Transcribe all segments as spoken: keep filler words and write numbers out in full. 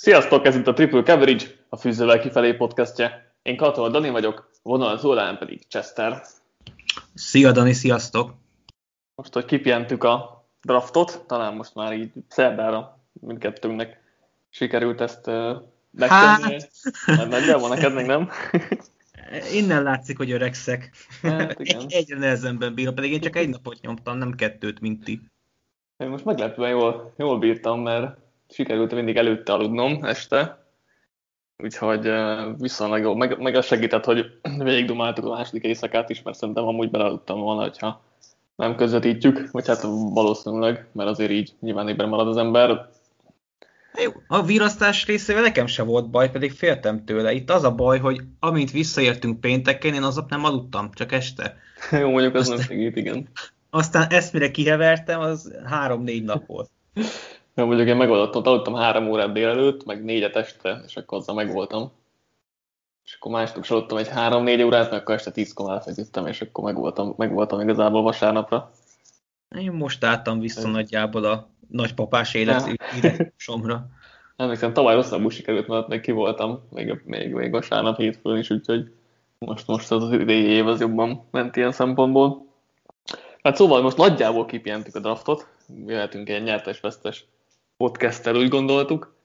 Sziasztok, ez itt a Triple Coverage, a Fűzővel kifelé podcastje. Én Katona Dani vagyok, vonal az órán pedig Chester. Szia Dani, sziasztok! Most, hogy kipihentük a draftot, talán most már így szerdára mindkettőnknek sikerült ezt uh, megtenni. Hát... Nagyjából neked még nem? Innen látszik, hogy öregszek. Hát, igen. Egyre nehezemben bírom, pedig én csak egy napot nyomtam, nem kettőt, mint ti. Én most meglepően jól, jól bírtam, mert sikerült mindig előtte aludnom este. Úgyhogy uh, viszonylag jó. Meg, meg az segített, hogy végigdumáltuk a második éjszakát is, mert szerintem amúgy belaludtam volna, hogyha nem közvetítjük, vagy hát valószínűleg, mert azért így nyilván ébren marad az ember. Jó, a virasztás részével nekem se volt baj, pedig féltem tőle. Itt az a baj, hogy amint visszaértünk pénteken, én aznap nem aludtam, csak este. Jó, mondjuk az aztán, nem segít, igen. Aztán ezt mire kihevertem, az három-négy nap volt. Jó, mondjuk én megoldottam, aludtam három órát délelőtt, meg négyet este, és akkor azzal megvoltam. És akkor másnap is aludtam egy három-négy órát, meg akkor este tízkor elfeküdtem, és akkor megvoltam, megvoltam igazából vasárnapra. Én most álltam vissza nagyjából a nagypapás életűsomra. Emlékszem, tavaly rosszabbul sikerült, mert még ki voltam, még, még, még vasárnap hétfőn is, úgyhogy most, most az, az idei év az jobban ment ilyen szempontból. Hát szóval most nagyjából kipihentük a draftot, jöhetünk egy nyertes-vesztes podcasttel, úgy gondoltuk.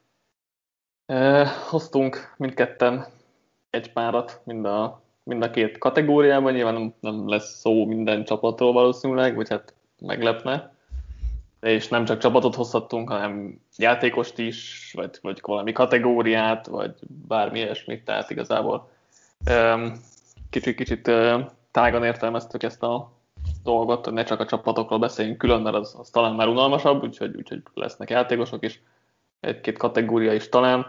E, hoztunk mindketten egy párat mind a, mind a két kategóriában, nyilván nem, nem lesz szó minden csapatról valószínűleg, vagy hát meglepne. És nem csak csapatot hozhattunk, hanem játékost is, vagy, vagy valami kategóriát, vagy bármi ilyesmit, tehát igazából kicsit-kicsit tágan értelmeztük ezt a dolgot, hogy ne csak a csapatokról beszéljünk külön, mert az, az talán már unalmasabb, úgyhogy, úgyhogy lesznek játékosok is, egy-két kategória is talán.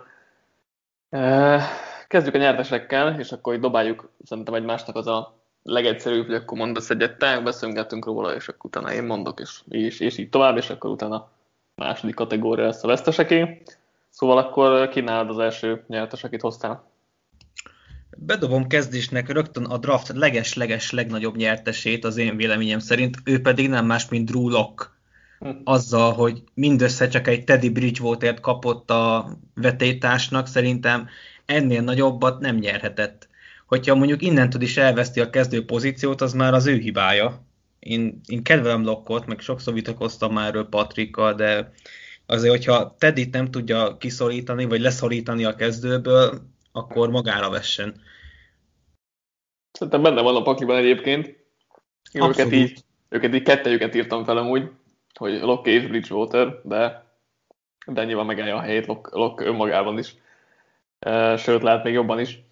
Kezdjük a nyertesekkel, és akkor így dobáljuk szerintem egymásnak az a legegyszerűbb, hogy akkor mondasz egyet te, beszélgetünk róla, és akkor utána én mondok, és, és, és így tovább, és akkor utána a második kategória lesz a veszteseké. Szóval akkor ki nálad az első nyertes, akit hoztál? Bedobom kezdésnek rögtön a draft leges-leges legnagyobb nyertesét az én véleményem szerint, ő pedig nem más, mint Drew Lock. Hm. Azzal, hogy mindössze csak egy Teddy Bridgewater-t kapott a vetélytársnak, szerintem ennél nagyobbat nem nyerhetett. Hogyha mondjuk innentől is elveszti a kezdő pozíciót, az már az ő hibája. Én, én kedvelem Lockot, meg sokszor vitatkoztam már erről Patrickkal, de azért, hogyha Teddyt nem tudja kiszorítani, vagy leszorítani a kezdőből, akkor magára vessen. Szerintem benne van a pakliban egyébként. Őket így, őket így kettejüket írtam fel amúgy, hogy Lock és Bridgewater, de, de nyilván megállja a helyét Lock, Lock önmagában is. Sőt, lehet még jobban is.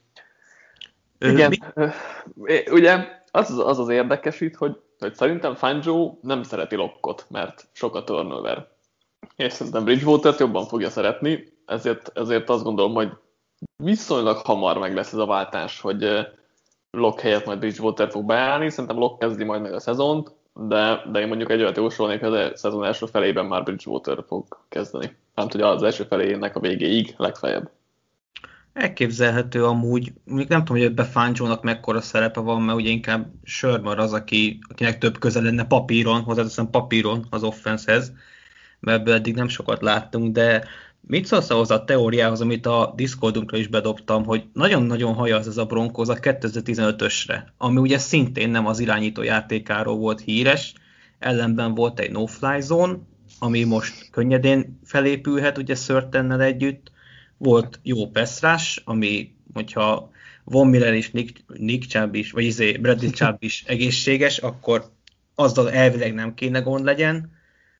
Ö, Igen, mi? Ugye az az, az érdekes itt, hogy, hogy szerintem Fangio nem szereti Lockot, mert sok a turnover. És szerintem Bridgewater-t jobban fogja szeretni, ezért, ezért azt gondolom, hogy viszonylag hamar meg lesz ez a váltás, hogy Lock helyett majd Bridgewater fog beállni. Szerintem Lock kezdi majd meg a szezont, de, de én mondjuk egy olyat jósolnék, hogy a szezon első felében már Bridgewater fog kezdeni. Nem tudja, az első felének a végéig legfeljebb. Elképzelhető amúgy, nem tudom, hogy ebben Fangio-nak mekkora szerepe van, mert ugye inkább Shermer az, aki, akinek több köze lenne papíron, hozzáteszem papíron az offensehez, mert ebből eddig nem sokat láttunk, de mit szólsz ahhoz a teóriához, amit a Discordunkra is bedobtam, hogy nagyon-nagyon hajaz ez a Broncos a kétezer-tizenötösre, ami ugye szintén nem az irányító játékáról volt híres, ellenben volt egy no-fly zone, ami most könnyedén felépülhet, ugye Surtainnel együtt, volt jó pass rush, ami, hogyha Von Miller és Nick, Nick Chubb is, vagy izé Bradley Chubb is egészséges, akkor azzal elvileg nem kéne gond legyen.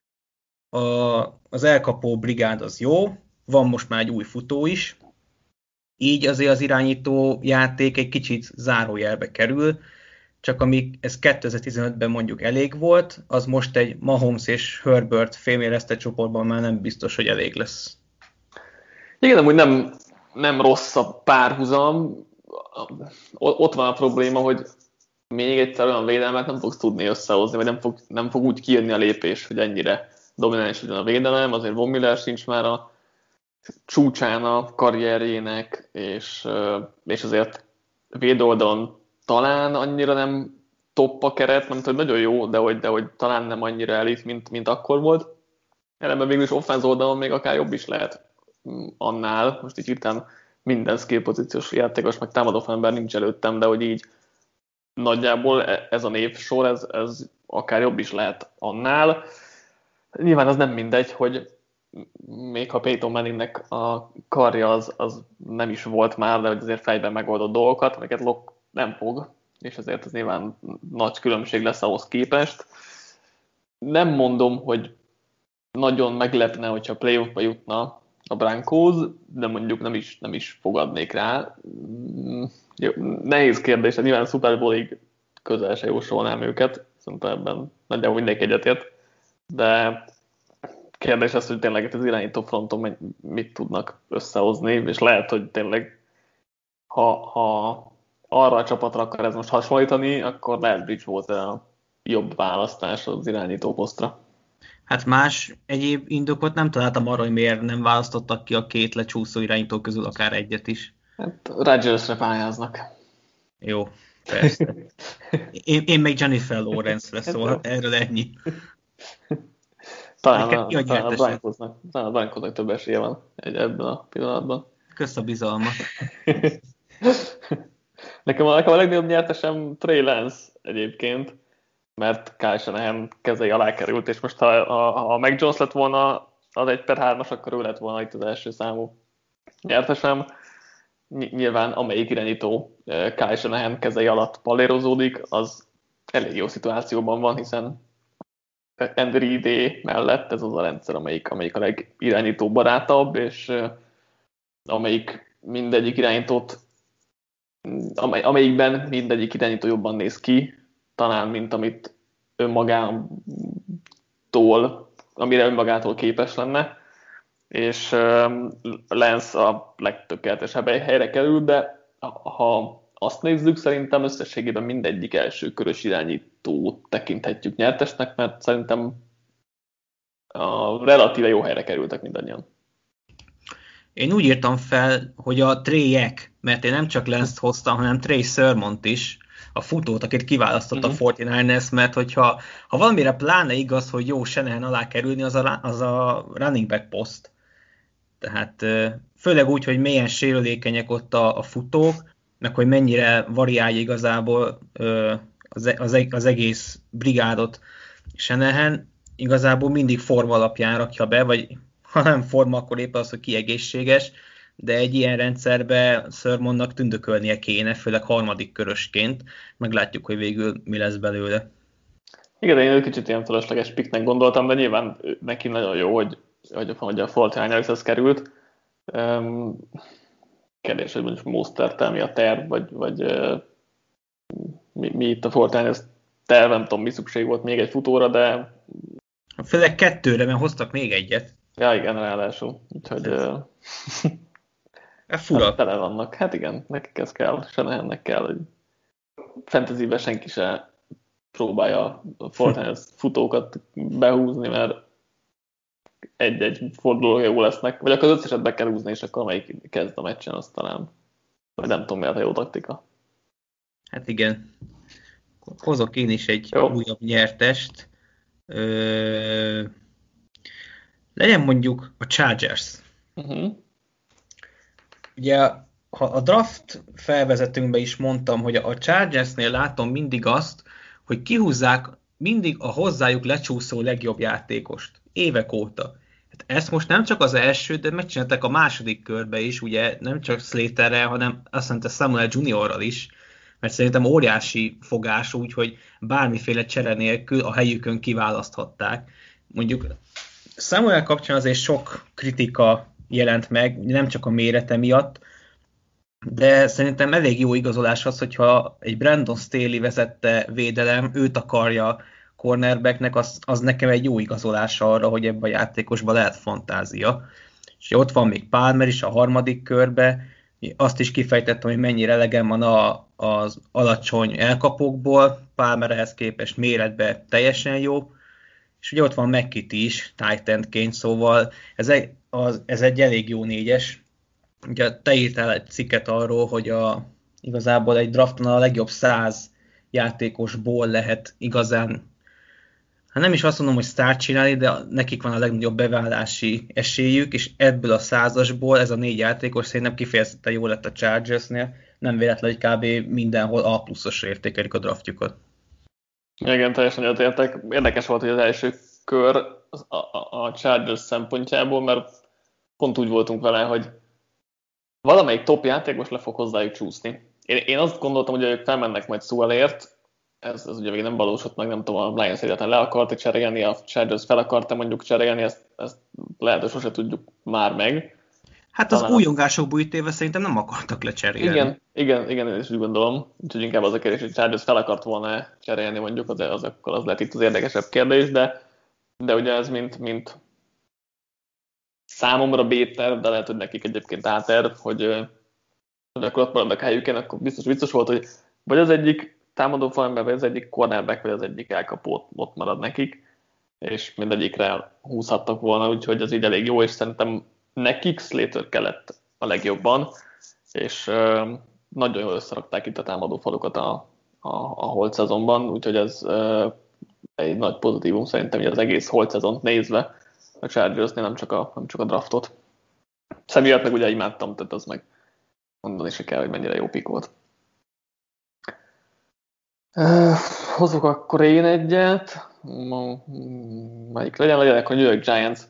A, az elkapó brigád az jó, van most már egy új futó is, így azért az irányító játék egy kicsit zárójelbe kerül, csak amíg ez kétezer-tizenötben mondjuk elég volt, az most egy Mahomes és Herbert félméreztett csoportban már nem biztos, hogy elég lesz. Igen, amúgy nem, nem rossz a párhuzam. Ott van a probléma, hogy még egyszer olyan védelmet nem fogsz tudni összehozni, vagy nem fog, nem fog úgy kijönni a lépés, hogy ennyire domináns legyen a védelem. Azért Von Miller sincs már a csúcsán a karrierjének, és, és azért védoldalon talán annyira nem top a keret, nem tudom, hogy nagyon jó, de hogy, de hogy talán nem annyira elit, mint, mint akkor volt. Ellenben végül is offense oldalon még akár jobb is lehet. annál, most így hirtelen minden skill pozíciós játékos, meg támadó ember nincs előttem, de hogy így nagyjából ez a névsor, ez, ez akár jobb is lehet annál. Nyilván az nem mindegy, hogy még ha Peyton Manningnek a karja az, az nem is volt már, de hogy azért fejben megoldott dolgokat, amiket Locke nem fog, és ezért ez nyilván nagy különbség lesz ahhoz képest. Nem mondom, hogy nagyon meglepne, hogyha playoffba jutna a Broncos, de mondjuk nem is, nem is fogadnék rá. Jó, nehéz kérdés, de nyilván a Super Bowl-ig közel se jósolnám őket, szerintem ebben nagyjából mindenki egyetért, de kérdés az, hogy tényleg az irányító fronton mit tudnak összehozni, és lehet, hogy tényleg ha, ha arra a csapatra akar ez most hasonlítani, akkor lehet Bridgewater a jobb választás az irányító posztra. Hát más egyéb indokot nem találtam arra, hogy miért nem választottak ki a két lecsúszó irányító közül akár egyet is. Hát Rodgersre pályáznak. Jó, persze. Én, én meg Jennifer Lawrence-re, szóval erről ennyi. Talán a, a, a Broncosnak, talán a Broncosnak több esélye van egy, ebben a pillanatban. Kösz a bizalmat. nekem, a, nekem a legnagyobb nyertesem Trey Lance egyébként, mert Kyle Shanahan kezei alá került, és most ha, ha, ha Mac Jones lett volna az egy per hármas, akkor ő lett volna itt az első számú nyertesem. Nyilván amelyik irányító Kyle Shanahan kezei alatt palérozódik, az elég jó szituációban van, hiszen Andy Reid mellett ez az a rendszer, amelyik, amelyik a legirányító barátabb, és amelyik mindegyik irányítót, amely, amelyikben mindegyik irányító jobban néz ki, talán, mint amit önmagától, amire önmagától képes lenne, és Lance a legtökéletesebb helyre kerül, de ha azt nézzük, szerintem összességében mindegyik első körös irányítót tekinthetjük nyertesnek, mert szerintem a relatíve jó helyre kerültek mindannyian. Én úgy írtam fel, hogy a Treyek, mert én nem csak Lance-t hoztam, hanem Trey Sermont is, a futót, akit kiválasztott uh-huh. a negyvenkilences, mert hogyha ha valamire pláne igaz, hogy jó Shanahan alá kerülni, az a, az a running back poszt. Tehát főleg úgy, hogy milyen sérülékenyek ott a, a futók, meg hogy mennyire variálja igazából az, az, az egész brigádot Shanahan, igazából mindig forma alapján rakja be, vagy ha nem forma, akkor éppen az, hogy ki egészséges, de egy ilyen rendszerbe Sermonnak tündökölnie kéne, főleg harmadik körösként. Meglátjuk, hogy végül mi lesz belőle. Igen, én egy kicsit ilyen fölösleges piknek gondoltam, de nyilván neki nagyon jó, hogy, hogy, hogy a forty-niners került. Um, kérdés, hogy mondjuk Mostert mi a terv, vagy, vagy uh, mi, mi itt a forty-niners terv, nem tudom, mi szükség volt még egy futóra, de... Főleg kettőre, mert hoztak még egyet. Ja, igen, ráadásul. Úgyhogy... Uh, fura. Hát tele vannak. Hát igen, nekik ez kell, Shanahannek kell, hogy fantasybe senki se próbálja a Fortnite futókat behúzni, mert egy-egy forduló jó lesznek, vagy akkor az összeset be kell húzni, és akkor amelyik kezd a meccsen, azt talán, vagy nem tudom, miért a jó taktika. Hát igen. Hozok én is egy jó. újabb nyertest. Ö... Legyen mondjuk a Chargers. Uh-huh. Ugye ha a draft felvezetőnkben is mondtam, hogy a Chargersnél látom mindig azt, hogy kihúzzák mindig a hozzájuk lecsúszó legjobb játékost. Évek óta. Hát ezt most nem csak az első, de megcsinálták a második körbe is, ugye nem csak Slaterrel, hanem azt mondta Samuel juniorral is, mert szerintem óriási fogás, úgyhogy bármiféle csere nélkül a helyükön kiválaszthatták. Mondjuk Samuel kapcsán azért sok kritika jelent meg, nem csak a mérete miatt, de szerintem elég jó igazolás az, hogyha egy Brandon Staley vezette védelem, őt akarja cornerbacknek, az, az nekem egy jó igazolás arra, hogy ebben a játékosban lehet fantázia. És ott van még Palmer is a harmadik körbe, azt is kifejtettem, hogy mennyire elegem van a, az alacsony elkapókból, Palmer ehhez képest méretben teljesen jó, és ugye ott van McKitty is, tight endként, szóval ez egy, az, ez egy elég jó négyes. Ugye te írtál egy cikket arról, hogy a, igazából egy drafton a legjobb száz játékosból lehet igazán hát nem is azt mondom, hogy sztárt csinálni, de nekik van a legnagyobb beválási esélyük, és ebből a százasból ez a négy játékos szerintem kifejezetten jó lett a Chargersnél, nem véletlen, hogy kb. Mindenhol A pluszosra értékelik a draftjukat. Igen, teljesen egyetértek. Érdekes volt, hogy az első kör a, a, a Chargers szempontjából, mert pont úgy voltunk vele, hogy valamelyik top játékos le fog hozzájuk csúszni. Én, én azt gondoltam, hogy ők felmennek majd Sewellért, ez, ez ugye még nem valósult meg, nem tudom, a Lions egyáltalán le akarta cserélni, a Chargers fel akarta mondjuk cserélni, ezt, ezt lehet, hogy sose tudjuk már meg. Hát az újongásokból ítéve szerintem nem akartak lecserélni. Igen, igen, igen, én is úgy gondolom. Úgyhogy inkább az a kérdés, hogy Chargers fel akart volna cserélni mondjuk, az, az, akkor az lehet itt az érdekesebb kérdés, de, de ugye ez mint, mint számomra B-terv, de lehet, hogy nekik egyébként A-terv, hogy, hogy akkor ott maradnak helyüken, akkor biztos biztos volt, hogy vagy az egyik támadó falember, vagy az egyik cornerback, vagy az egyik elkapó ott marad nekik, és mindegyikre húzhattak volna, úgyhogy ez így elég jó, és szerintem nekik Slater kellett a legjobban, és uh, nagyon jól összerakták itt a támadó falukat a, a, a holt szezonban, úgyhogy ez uh, egy nagy pozitívum szerintem, hogy az egész holt szezont nézve a Chargersnél, nem csak a, nem csak a draftot. Személyet meg ugye imádtam, tehát az meg mondani se kell, hogy mennyire jó pick volt. Uh, hozok akkor én egyet. Melyik legyen? Legyenek a New York Giants.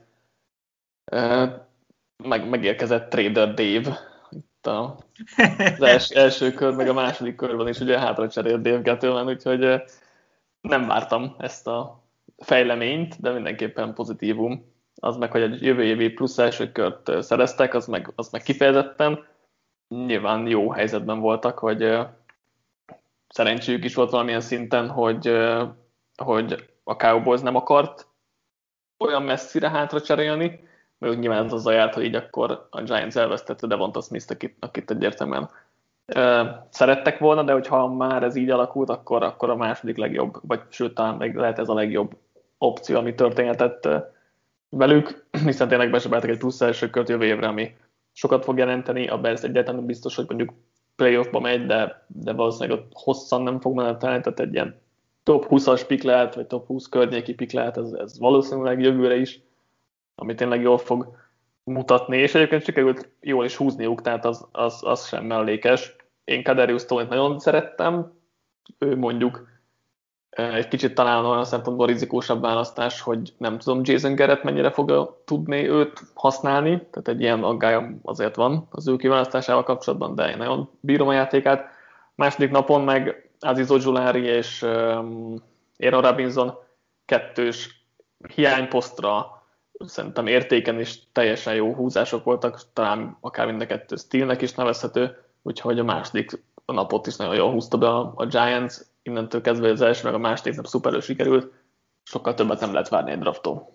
Uh, meg, megérkezett Trader Dave. Itt a, az els, első kör, meg a második körben is ugye hátra cserélt Dave Gettleman, úgyhogy uh, nem vártam ezt a fejleményt, de mindenképpen pozitívum. Az meg, hogy egy jövő évi plusz első kört uh, szereztek, az meg, az meg kifejezetten. Nyilván jó helyzetben voltak, hogy uh, szerencséjük is volt valamilyen szinten, hogy, hogy a Cowboys nem akart olyan messzire hátra cserélni, mert nyilván ez azzal járt, hogy így akkor a Giants elvesztette Devonta Smith-t, akit, akit egyértelműen szerettek volna, de hogyha már ez így alakult, akkor, akkor a második legjobb, vagy sőt, talán meg lehet ez a legjobb opció, ami történhetett velük, hiszen tényleg besebeltek egy plusz első kört jövő évre, ami sokat fog jelenteni, a Bears egyáltalán biztos, hogy mondjuk playoffba megy, de, de valószínűleg ott hosszan nem fog menetelni, tehát egy ilyen top húszas pick lehet, vagy top húsz környéki pick lehet, ez, ez valószínűleg jövőre is, ami tényleg jól fog mutatni, és egyébként sikerült jól is húzniuk, tehát az, az, az sem mellékes. Én Kadarius Toney-t nagyon szerettem, ő mondjuk egy kicsit talán olyan szempontból rizikósabb választás, hogy nem tudom, Jason Garrett mennyire fogja tudni őt használni, tehát egy ilyen aggályom azért van az ő kiválasztásával kapcsolatban, de én nagyon bírom a játékát. Második napon meg Azeez Ojulari és um, Aaron Robinson kettős hiányposztra szerintem értéken is teljesen jó húzások voltak, talán akár mind a kettő stealnek is nevezhető, úgyhogy a második napot is nagyon jól húzta be a, a Giants, innentől kezdve az első meg a második nap szuperül sikerült, sokkal többet nem lehet várni egy drafttól.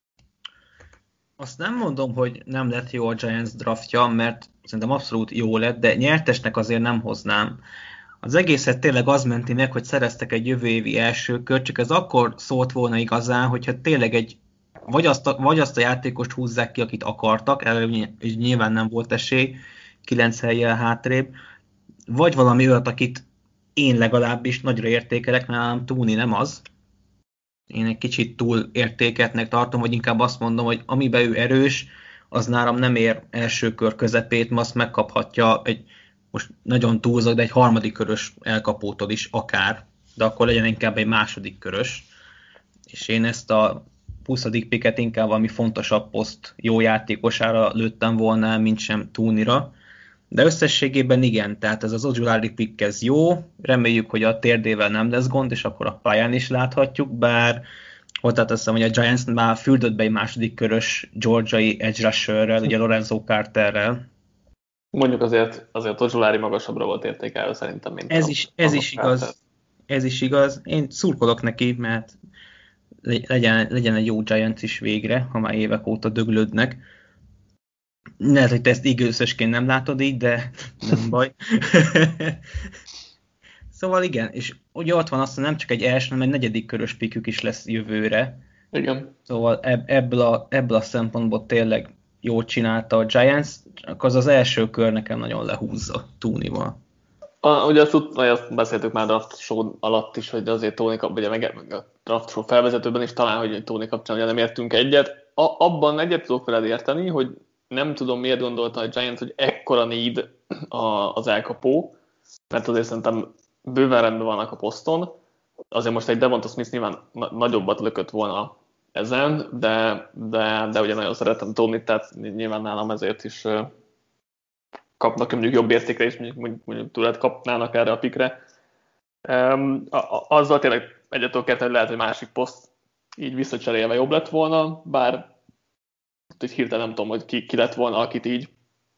Azt nem mondom, hogy nem lett jó a Giants draftja, mert szerintem abszolút jó lett, de nyertesnek azért nem hoznám. Az egészet tényleg az menti meg, hogy szereztek egy jövő évi első kört, csak ez akkor szólt volna igazán, hogyha tényleg egy vagy azt, a, vagy azt a játékost húzzák ki, akit akartak, erre nyilván nem volt esély, kilenc helyen hátrébb, vagy valami olyat, akit én legalábbis nagyra értékelek, mert nálam Toney nem az. Én egy kicsit túl értéketnek tartom, vagy inkább azt mondom, hogy amiben ő erős, az nálam nem ér első kör közepét, mert azt megkaphatja egy, most nagyon túlzok, de egy harmadik körös elkapótól is akár, de akkor legyen inkább egy második körös. És én ezt a huszadik picket inkább valami fontosabb poszt jó játékosára lőttem volna, mint sem Toneyra. De összességében igen, tehát ez az Ojulari pick ez jó, reméljük, hogy a térdével nem lesz gond, és akkor a pályán is láthatjuk, bár hozzáteszem, hogy a Giants már fürdött be egy második körös georgiai edge rusherrel, ugye Lorenzo Carterrel. Mondjuk azért, azért Ojulari magasabbra volt értékelve szerintem, mint ez a, is, ez is igaz. Ez is igaz. Én szurkolok neki, mert legyen, legyen egy jó Giants is végre, ha már évek óta döglődnek. Lehet, hogy te ezt igőszösként nem látod így, de nem baj. Szóval igen, és ugye ott van azt, hogy nem csak egy első, hanem egy negyedik körös pickük is lesz jövőre. Igen. Szóval ebből a, ebből a szempontból tényleg jól csinálta a Giants, csak az az első kör nekem nagyon lehúzza Toneyval. A, ugye azt, azt beszéltük már draft show alatt is, hogy azért Tóni kap, ugye meg, meg a draft show felvezetőben is talán, hogy Tóni kapcsán ugye nem értünk egyet. A, abban egyet tudok veled érteni, hogy nem tudom miért gondolta a Giants, hogy ekkora need a, az elkapó, mert azért szerintem bőven rendben vannak a poszton. Azért most egy Devonta Smith nyilván na- nagyobbat lökött volna ezen, de, de, de ugye nagyon szeretem Tónit, tehát nyilván nálam ezért is kapnak mondjuk jobb értékre, és mondjuk, mondjuk tudod, kapnának erre a pikre. Um, a, a, azzal tényleg egyetől kettő, hogy lehet, hogy másik poszt így visszacserélve jobb lett volna, bár így hirtelen nem tudom, hogy ki, ki lett volna, akit így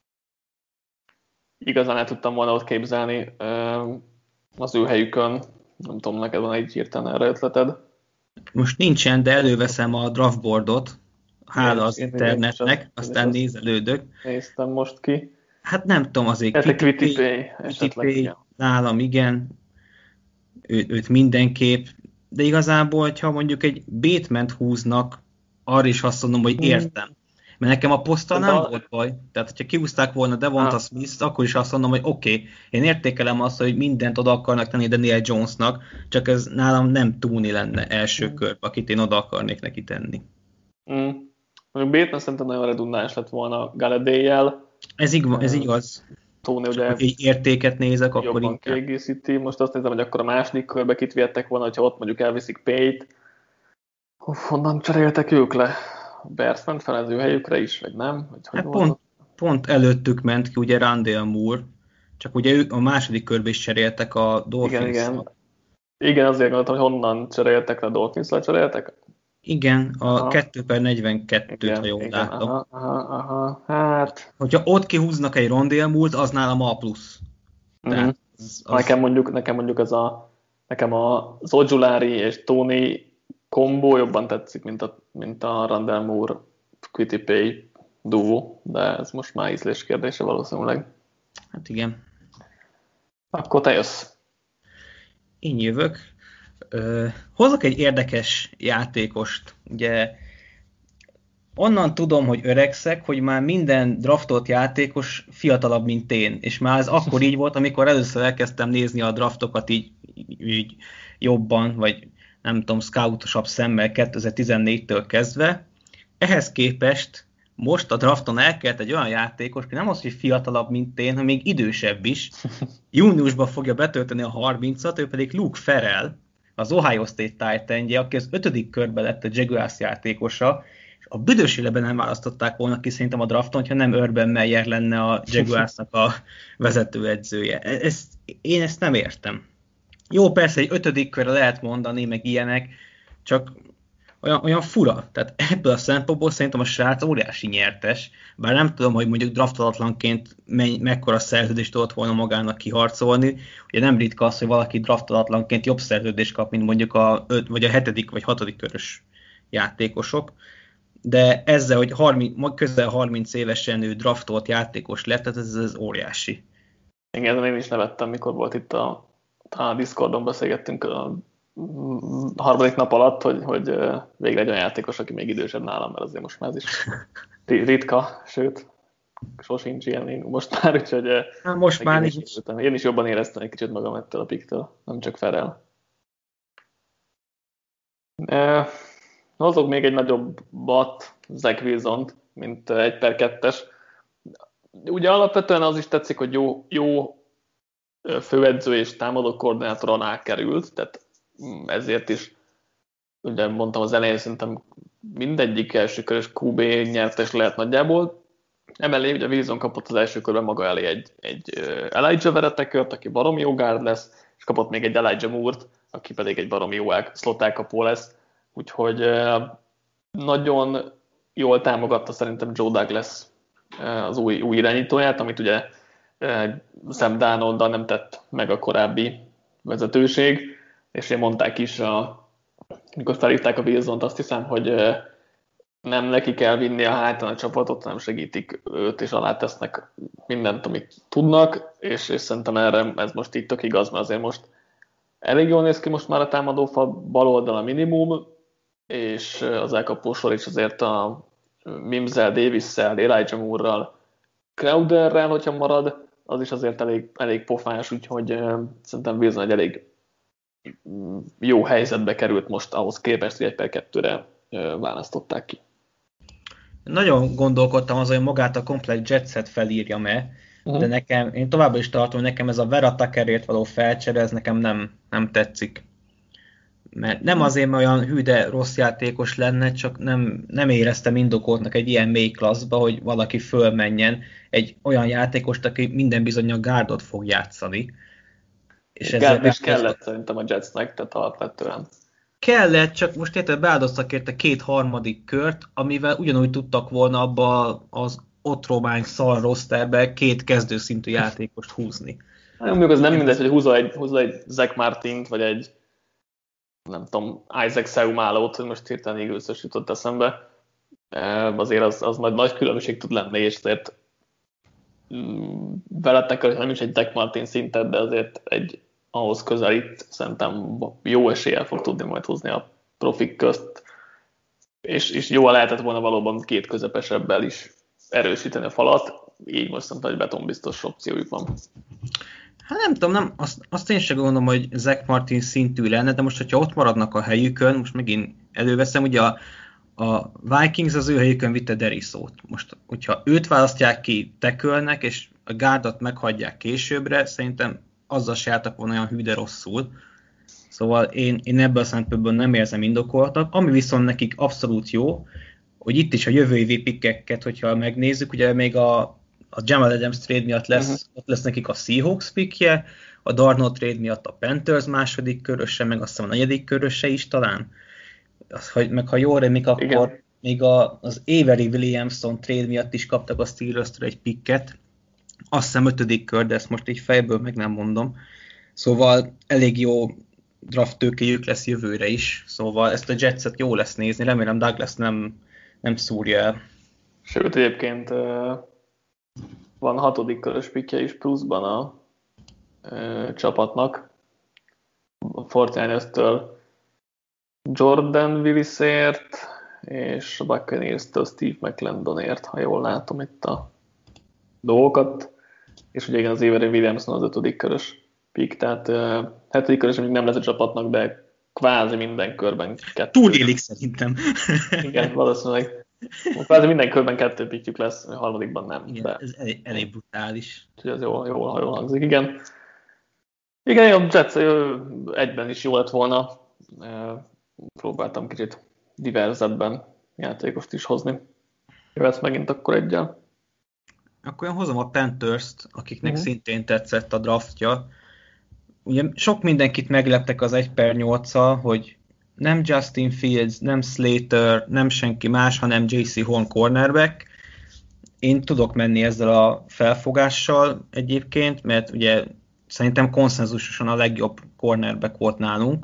igazán el tudtam volna ott képzelni um, az ő helyükön. Nem tudom, neked van egy hirtelen erre ötleted? Most nincsen, de előveszem a draftboardot, hála az internetnek, én aztán nézelődök. Néztem most ki. Hát nem tudom, azért Ez a Quitipay esetleg, igen. Nálam igen, ő, őt mindenképp, de igazából, ha mondjuk egy Bateman-t húznak, arra is azt mondom, hogy értem. Mert nekem a poszttal nem a... volt baj. Tehát, hogyha kihúzták volna Devonta ah. Smith-t, akkor is azt mondom, hogy oké, okay, én értékelem azt, hogy mindent oda akarnak tenni Daniel Jonesnak, csak ez nálam nem Tóni lenne első mm. körbe, akit én oda akarnék neki tenni. Mm. Mondjuk Bateman szerintem nagyon redundáns lett volna Galladay-jel. Ez, ig- ez igaz. Tóni ugye egy értéket nézek, akkor jobban inkább kiegészíti. Most azt nézem, hogy akkor a második körbe kit vihettek volna, hogyha ott mondjuk elviszik Payt. Honnan cseréltek ők le? A Bears ment fel az ő helyükre is, vagy nem? Vagy hát pont, pont előttük ment ki ugye Rondale Moore, csak ugye ők a második körbe is cseréltek a Dolphins-szal. Igen, igen. Igen, azért gondoltam, hogy honnan cseréltek le, a Dolphins-szal cseréltek? Igen, a aha. kettő per negyvenkettőt, ha jól igen, látom. Aha, aha, aha, hát... Hogyha ott kihúznak egy Rondale Moore-t, az nálam A plusz. Mm-hmm. Az, az... Nekem mondjuk, nekem mondjuk ez a, nekem az Ojulari és Tóni kombó jobban tetszik, mint a, mint a Rondale Moore Quitipay duo, de ez most már ízlés kérdése valószínűleg. Hát igen. Akkor te jössz. Én jövök. Uh, hozok egy érdekes játékost. Ugye onnan tudom, hogy öregszek, hogy már minden draftolt játékos fiatalabb, mint én. És már ez akkor így volt, amikor először elkezdtem nézni a draftokat így, így jobban, vagy nem tudom, scoutosabb szemmel kétezer-tizennégytől kezdve. Ehhez képest most a drafton elkelt egy olyan játékos, aki nem az, hogy fiatalabb, mint én, hanem még idősebb is. Júniusban fogja betölteni a harmincat, ő pedig Luke Farrell, az Ohio State Titanje, aki az ötödik körben lett a Jaguars játékosa, és a büdös életben nem választották volna ki szerintem a drafton, ha nem Urban Meyer lenne a Jaguarsnak a vezetőedzője. Ezt, én ezt nem értem. Jó, persze, egy ötödik körre lehet mondani, meg ilyenek, csak olyan, olyan fura. Tehát ebből a szempontból szerintem a srác óriási nyertes, bár nem tudom, hogy mondjuk draftolatlanként me- mekkora szerződést tudott volna magának kiharcolni. Ugye nem ritka az, hogy valaki draftolatlanként jobb szerződést kap, mint mondjuk a öt, vagy a hetedik vagy hatodik körös játékosok. De ezzel, hogy harminc, közel harminc évesen ő draftolt játékos lett, tehát ez, ez óriási. Igen, én is nevettem, mikor volt itt a, a Discordon beszélgettünk a harmadik nap alatt, hogy, hogy végre egy olyan játékos, aki még idősebb nálam, mert azért most már ez is ritka, sőt, sosincs ilyen én most már, úgyhogy Há, most már én, is, én is jobban éreztem egy kicsit magam ettől a piktől, nem csak Farrell. Eh, hozok még egy nagyobb bat, Zach Wilsont, mint egy per kettes. Ugye alapvetően az is tetszik, hogy jó, jó főedző és támadó koordinátor alá került, tehát ezért is, ugye mondtam az elején, szerintem mindegyik első körös kú bé nyertes lehet nagyjából. Emellé ugye Wilson kapott az első körben maga elé egy, egy Elijah Veretekört, aki baromi jó guard lesz, és kapott még egy Elijah Moore-t, aki pedig egy baromi jó slot elkapó lesz. Úgyhogy nagyon jól támogatta szerintem Joe Douglas az új, új irányítóját, amit ugye Sam Darnold-dal nem tett meg a korábbi vezetőség, és én mondták is, a, amikor felhívták a Wilsont, azt hiszem, hogy nem neki kell vinni a hátán a csapatot, nem segítik őt, és alátesznek mindent, amit tudnak, és, és szerintem erre ez most így tök igaz, mert azért most elég jól néz ki most már a támadófal, bal oldal a minimum, és az elkapósor is azért a Mimszel, Davisszel, Elijah Moore-ral, Crowderrel, hogyha marad, az is azért elég, elég pofás, úgyhogy uh, szerintem Wilson egy elég jó helyzetbe került most ahhoz képest, hogy egy per kettőre uh, választották ki. Nagyon gondolkodtam azon, hogy magát a komplet Jetset felírjam-e, uh-huh. de nekem, én továbbra is tartom, hogy nekem ez a Vera Tuckerért való felcsere, ez nekem nem, nem tetszik. Mert nem azért, mert olyan hű, de rossz játékos lenne, csak nem, nem éreztem indokoltnak egy ilyen mély klasszba, hogy valaki fölmenjen egy olyan játékost, aki minden bizony a gárdot fog játszani. És Gárd is kellett szerintem a Jetsnek, tehát alapvetően. Kellett, csak most érted, beáldoztak érte két harmadik kört, amivel ugyanúgy tudtak volna abba az otromány szar rosterbe két kezdőszintű játékost húzni. Hát, mondjuk az nem mindegy, hogy húzza egy, húzza egy Zach Martint, vagy egy nem tudom, Isaac Seumalo-t, hogy most hirtelen Eagles-ös jutott eszembe. Azért az, az nagy, nagy különbség tud lenni, és azért veletek, hogy nem is egy Zach Martin szintet, de azért egy ahhoz közelít, szerintem jó eséllyel fog tudni majd húzni a profik közt, és, és jól lehetett volna valóban két közepesebbel is erősíteni a falat, így most szerintem egy betonbiztos opciójuk van. Hát nem tudom, nem, azt, azt én sem gondolom, hogy Zach Martin szintű lenne, de most, hogyha ott maradnak a helyükön, most megint előveszem, ugye a, a Vikings az ő helyükön vitte Derisót. Most, hogyha őt választják ki tekölnek, és a gárdot meghagyják későbbre, szerintem azzal se álltak volna olyan hű, de rosszul. Szóval én, én ebből a szempontból nem érzem indokoltak. Ami viszont nekik abszolút jó, hogy itt is a jövő évi pikkeket, hogyha megnézzük, ugye még a, a Jamal Adams trade miatt lesz, uh-huh. ott lesz nekik a Seahawks pickje, a Darnold trade miatt a Panthers második köröse, meg azt hiszem a negyedik köröse is talán. Az, hogy, meg ha jól rémlik, akkor igen. Még a, az Avery Williamson trade miatt is kaptak a Steelers-től egy picket. Azt hiszem ötödik kör, de ezt most így fejből meg nem mondom. Szóval elég jó draft tőkéjük lesz jövőre is. Szóval ezt a Jetset jó lesz nézni. Remélem Douglas nem, nem szúrja el. Sőt, egyébként van hatodik körös pickje is pluszban a csapatnak. A negyvenkilencestől Jordan Willisért és a Buccaneers-től Steve McClendonért, ha jól látom itt a dolgokat, és ugye igen, az Avery Williamson az ötödik körös pick, tehát uh, hetedik körös még nem lesz a csapatnak, de kvázi minden körben kettő. Túlélik szerintem. Igen, valószínűleg. Kvázi minden körben kettő pickjük lesz, a harmadikban nem. Igen, de... ez elég, elég brutális. Úgyhogy ez jól, jól, jól hangzik, igen. Igen, a Jets egyben is jó lett volna. Próbáltam kicsit diverzebben játékost is hozni. Jöhetsz megint akkor egyen. Akkor én hozom a Panthers-t, akiknek uh-huh. szintén tetszett a draftja. Ugye sok mindenkit megleptek az egy per nyolccal, hogy nem Justin Fields, nem Slater, nem senki más, hanem jé cé Horn cornerback. Én tudok menni ezzel a felfogással egyébként, mert ugye szerintem konszenzusosan a legjobb cornerback volt nálunk.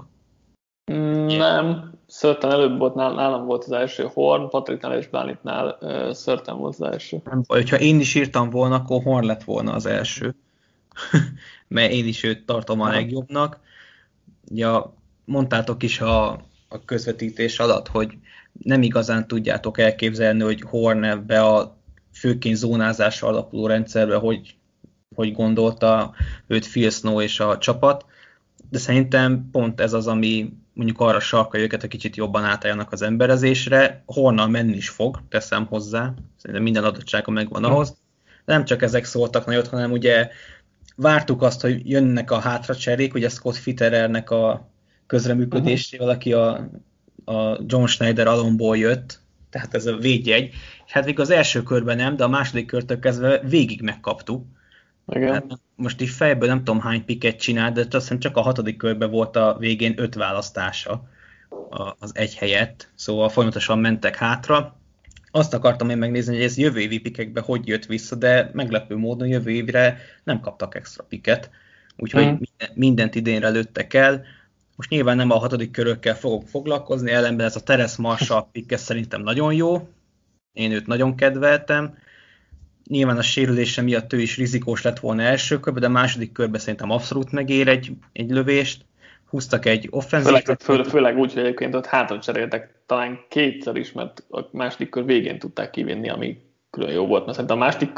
Nem, Szörten előbb volt, nálam volt az első Horn, Patricknál és Blanitnál uh, Szörten volt az első. Nem baj, hogyha én is írtam volna, akkor Horn lett volna az első. Mert én is őt tartom a legjobbnak. Ja, mondtátok is a, a közvetítés alatt, hogy nem igazán tudjátok elképzelni, hogy Horn ebbe a főként zónázásra alapuló rendszerbe, hogy, hogy gondolta őt Phil Snow és a csapat, de szerintem pont ez az, ami mondjuk arra sarkalja őket, hogy kicsit jobban átálljanak az emberezésre. Hornnal menni is fog, teszem hozzá, szerintem minden adottsága megvan ahhoz. De nem csak ezek szóltak nagyot, hanem ugye vártuk azt, hogy jönnek a hátracserék, ugye Scott Fitterernek a közreműködésével, aki a, a John Schneider alomból jött, tehát ez a védjegy. Hát még az első körben nem, de a második körtől kezdve végig megkaptuk. Hát most így fejből nem tudom hány picket csinált, de azt hiszem csak a hatodik körben volt a végén öt választása az egy helyett, szóval folyamatosan mentek hátra. Azt akartam én megnézni, hogy ez jövő évi pickekben hogy jött vissza, de meglepő módon jövő évre nem kaptak extra picket, úgyhogy mm. mindent idénre lőttek el. Most nyilván nem a hatodik körökkel fogok foglalkozni, ellenben ez a Terrace Marshall pick szerintem nagyon jó, én őt nagyon kedveltem. Nyilván a sérülése miatt ő is rizikós lett volna első körben, de a második körben szerintem abszolút megér egy, egy lövést. Húztak egy offenzív... Főleg, fő, főleg úgy, hogy egyébként ott hátra cseréltek talán kétszer is, mert a második kör végén tudták kivinni, ami külön jó volt. Mert szerintem a második kör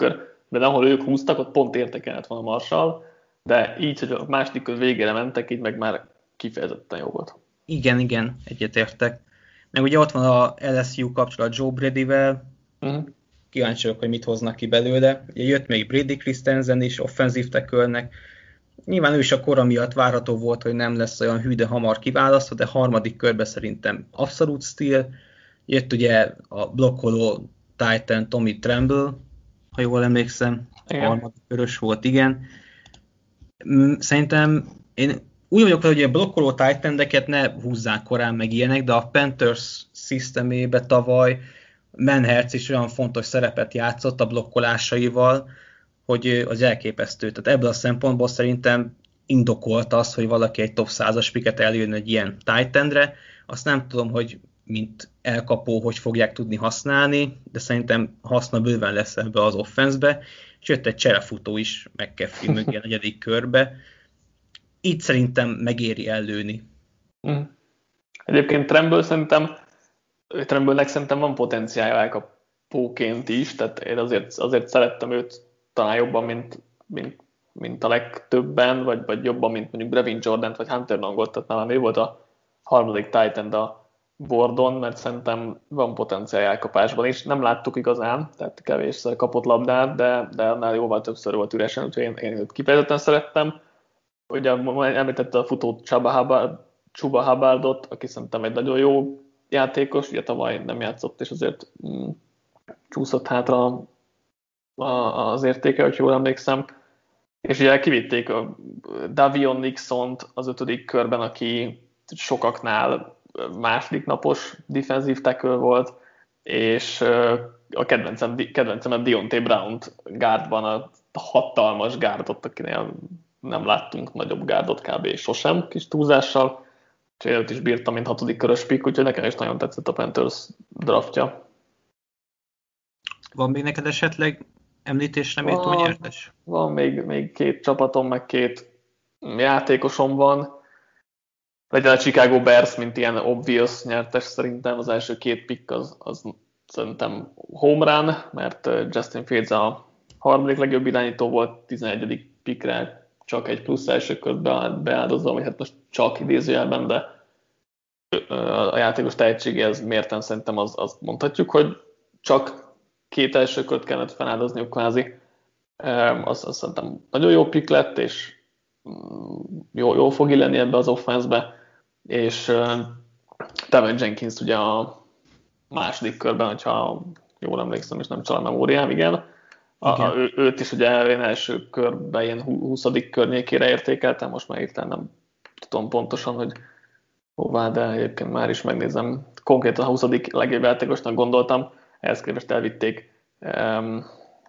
mert ahol ők húztak, ott pont értekelt van a Marshall, de így, hogy a második kör végére mentek, így meg már kifejezetten jó volt. Igen, igen, egyetértek. Meg ugye ott van a el es u kapcsolat Joe Bradyvel, uh-huh. Kíváncsi vagyok, hogy mit hoznak ki belőle. Ugye jött még Brady Christensen is, offenzív tackle-nek. Nyilván ő is a kora miatt várható volt, hogy nem lesz olyan hű, de hamar kiválasztva, de harmadik körben szerintem abszolút stíl. Jött ugye a blokkoló Titan Tommy Tremble, ha jól emlékszem, igen. Harmadik körös volt, igen. Szerintem én úgy vagyok, hogy a blokkoló Titan-eket ne húzzák korán meg ilyenek, de a Panthers szisztemébe tavaly Manhertz is olyan fontos szerepet játszott a blokkolásaival, hogy az elképesztő. Tehát ebből a szempontból szerintem indokolt az, hogy valaki egy top százas picket eljön egy ilyen Titanre. Azt nem tudom, hogy mint elkapó, hogy fogják tudni használni, de szerintem haszna bőven lesz ebbe az offenszbe. És jött egy cserefutó is McCaffrey mögé a negyedik körbe. Így szerintem megéri ellőni. Mm. Egyébként Tremble szerintem, Tremble-nek szerintem van potenciálja elkapóként is, tehát én azért, azért szerettem őt talán jobban, mint, mint, mint a legtöbben, vagy, vagy jobban, mint mondjuk Brevin Jordant, vagy Hunter Longot, tehát nálam ő volt a harmadik Titan a boardon, mert szerintem van potenciál elkapásban is. Nem láttuk igazán, tehát kevésszer kapott labdát, de, de annál jóval többször volt üresen, úgyhogy én, én őt kifejezetten szerettem. Ugye említette a futót Chuba Hubbard, Chuba Hubbardot, aki szerintem egy nagyon jó játékos, ugye tavaly nem játszott, és azért mm, csúszott hátra az értéke, hogy jól emlékszem. És ugye kivitték a Davion Nixont az ötödik körben, aki sokaknál második napos defensive tackle volt, és a kedvencem, kedvencemet Deontay Brown-t gárdban, a hatalmas gárdot, akinél nem láttunk nagyobb gárdot kb. Sosem, kis túlzással. És őt is bírtam, mint hatodik körös pick, úgyhogy nekem is nagyon tetszett a Panthers draftja. Van még neked esetleg említésre méltó nyertes? Van még, még két csapatom, meg két játékosom van. Legyen a Chicago Bears, mint ilyen obvious nyertes szerintem. Az első két pick az, az szerintem home run, mert Justin Fields a harmadik legjobb irányító volt, tizenegyedik pickre csak egy plusz első kört beáldozva, vagy hát most csak idézőjelben, de a játékos tehetségéhez mérten szerintem az, azt mondhatjuk, hogy csak két első kört kellett feláldozniuk kvázi. Az, az szerintem nagyon jó pick lett, és jól, jól fog illeni ebbe az offenszbe, és uh, Tevin Jenkins ugye a második körben, hogyha jól emlékszem, és nem csal a memóriám, igen, a, igen. Ő, őt is ugye én első körben ilyen huszadik környékére értékeltem, most már hirtelen nem tudom pontosan, hogy hová, de egyébként már is megnézem. Konkrétan a huszadik legjobb játékosnak gondoltam, ehhez képest elvitték um,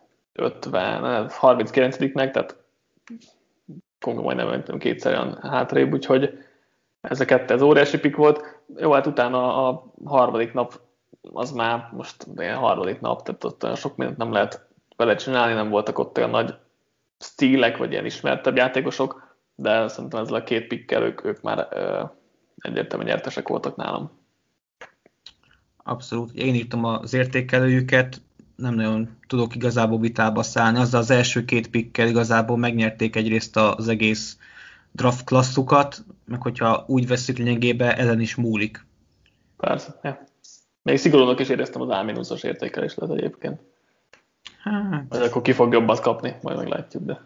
ötven, harminckilencediknek, tehát konkrétan majdnem kétszer olyan hátrébb, úgyhogy ez a kettő, ez óriási pick volt. Jó, hát utána a harmadik nap, az már most ilyen harmadik nap, tehát ott olyan sok mindent nem lehet vele csinálni, nem voltak ott olyan nagy stílek, vagy ilyen ismertebb játékosok, de szerintem ezzel a két pickkel ők, ők már ö, egyértelműen nyertesek voltak nálam. Abszolút. Én írtam az értékelőjüket, nem nagyon tudok igazából vitába szállni. Azzal az első két pickkel igazából megnyerték egyrészt az egész draft klasszukat, meg hogyha úgy veszik lényegében, ezen is múlik. Persze, ja. Még szigorúnak is éreztem az A-os értékelés lett egyébként. Hát. Vagy akkor ki fog jobbat kapni, majd meglátjuk, de...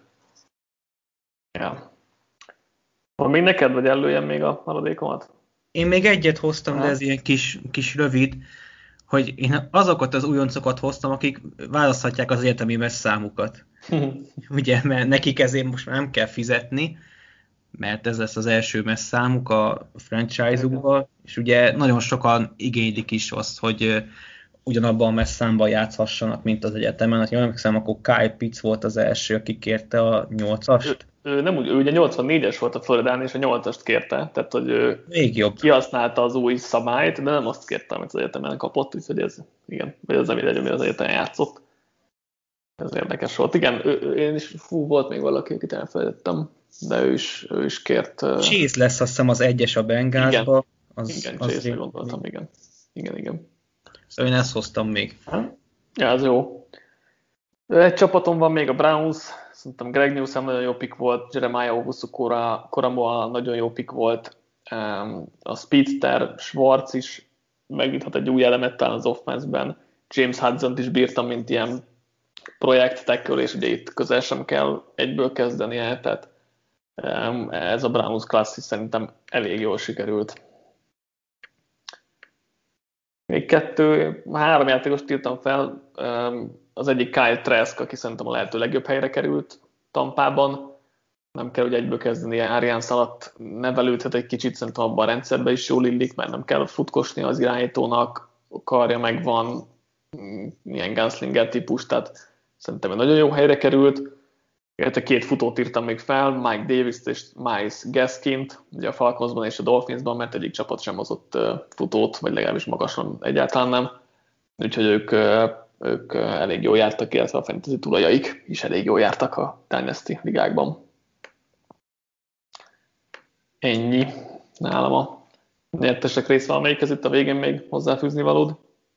Ja. Van még neked, vagy előjem még a maradékomat? Én még egyet hoztam, ha. De ez ilyen kis, kis rövid, hogy én azokat az újoncokat hoztam, akik választhatják az egyetemi messzámukat. Ugye, mert nekik ezért most már nem kell fizetni, mert ez lesz az első messzámuk a franchise-ukban, és ugye nagyon sokan igénylik is azt, hogy ugyanabban a messzámban játszhassanak, mint az egyetemen. Ha jól emlékszem, akkor Kyle Pitts volt az első, aki kérte a nyolcast. Ő, ő, nem úgy, ő ugye nyolcvannégyes volt a Floridán, és a nyolcast kérte, tehát hogy ő még jobb. Kihasználta az új szabályt, de nem azt kérte, amit az egyetemen kapott, úgyhogy ez, igen, vagy az nem így legyen, az egyetemen játszott. Ez érdekes volt. Igen, ő, én is, fú, volt még valaki, akit elfelejtettem, de ő is, ő is kért. Chase lesz, azt hiszem, az egyes a Bengalsba. Igen, az, igen az Chase-re gondoltam, igen. Igen, igen. Szóval én ezt hoztam még. Ha? Ja, ez jó. Egy csapaton van még a Browns, szerintem Greg Newsome nagyon jó pick volt, Jeremiah Owusu-Koramoah nagyon jó pick volt, a Speedster Schwartz is megnyithat egy új elemet talán az offense-ben, James Hudson-t is bírtam, mint ilyen projekt tackle, és ugye itt közel sem kell egyből kezdenie, tehát ez a Browns class szerintem elég jól sikerült. Még kettő, három játékost írtam fel, az egyik Kyle Trask, aki szerintem a lehető legjobb helyre került Tampában, nem kell ugye egyből kezdeni, Arians alatt nevelődhet egy kicsit, szerintem abban a rendszerben is jól illik, mert nem kell futkosni az irányítónak, a karja megvan, ilyen gunslinger típus, tehát szerintem egy nagyon jó helyre került. Illetve két futót írtam még fel, Mike Davis-t és Miles Gaskint, ugye a Falconsban és a Dolphinsban, mert egyik csapat sem hozott futót, vagy legalábbis magasan egyáltalán nem. Úgyhogy ők, ők elég jól jártak, illetve a fantasy tulajaik is elég jól jártak a Dynasty ligákban. Ennyi nálam a nyertesek rész valamelyikhez itt a végén még hozzáfűzni valód.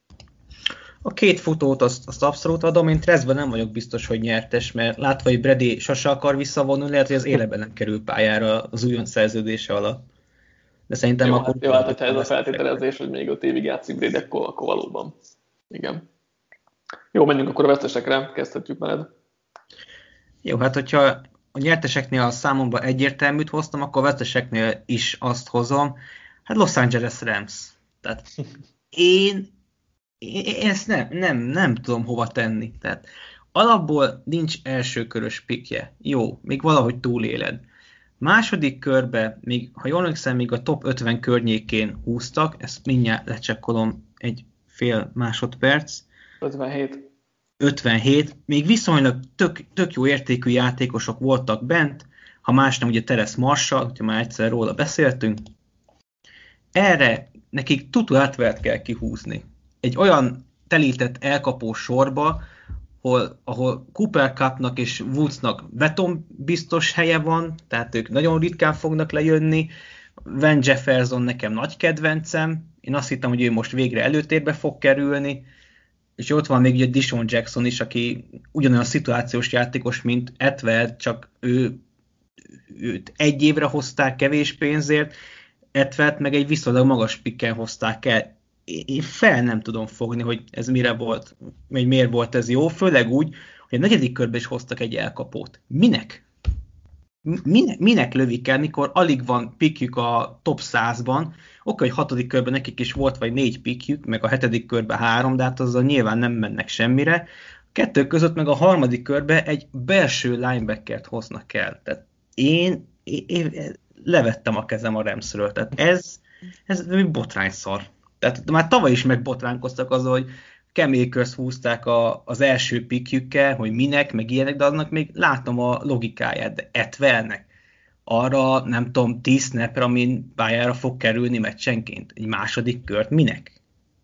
A két futót azt, azt abszolút adom, én Treszben nem vagyok biztos, hogy nyertes, mert látva, hogy Brady sose akar visszavonulni, lehet, hogy az életben nem kerül pályára az újon szerződése alatt. De szerintem jó, akkor... Hát, jó, hát hogyha ez a feltételezés, hogy még öt évig játszik Brady, akkor, akkor valóban. Igen. Jó, menjünk akkor a vesztesekre, kezdhetjük veled. Jó, hát hogyha a nyerteseknél a számomban egyértelműt hoztam, akkor a veszteseknél is azt hozom. Hát Los Angeles Rams. Tehát én Én ezt nem, nem, nem tudom hova tenni. Tehát alapból nincs elsőkörös pikje. Jó, még valahogy túléled. Második körbe, még, ha jól emlékszem, még a top ötven környékén húztak, ezt mindjárt lecsekkolom egy fél másodperc. ötvenhét. ötvenhét. Még viszonylag tök, tök jó értékű játékosok voltak bent, ha más nem, ugye Terence Marshall, hogyha már egyszer róla beszéltünk. Erre nekik tutu átvert kell kihúzni. Egy olyan telített elkapó sorba, ahol, ahol Cooper Cupnak és Woodsnak betonbiztos helye van, tehát ők nagyon ritkán fognak lejönni. Van Jefferson nekem nagy kedvencem, én azt hittem, hogy ő most végre előtérbe fog kerülni, és ott van még ugye Deshaun Jackson is, aki ugyanolyan szituációs játékos, mint Etvert, csak ő, őt egy évre hozták kevés pénzért, Etvert meg egy viszonylag magas pikkel hozták el. Én fel nem tudom fogni, hogy ez mire volt, vagy miért volt ez jó, főleg úgy, hogy a negyedik körben is hoztak egy elkapót. Minek? Minek, minek lövik el, mikor alig van pikjük a top százban, oké, hogy hatodik körben nekik is volt vagy négy pikjük, meg a hetedik körben három, de hát azzal nyilván nem mennek semmire. A kettő között meg a harmadik körben egy belső linebackert hoznak el. Tehát én, én, én levettem a kezem a Ramsről, tehát ez, ez botrányszar. Tehát már tavaly is megbotránkoztak azzal, hogy Cam Akers húzták a, az első pikjükkel, hogy minek, meg ilyenek, de annak még látom a logikáját, de Etvelnek arra, nem tudom, tíz snapra, amin pályára fog kerülni meccsenként, egy második kört, minek?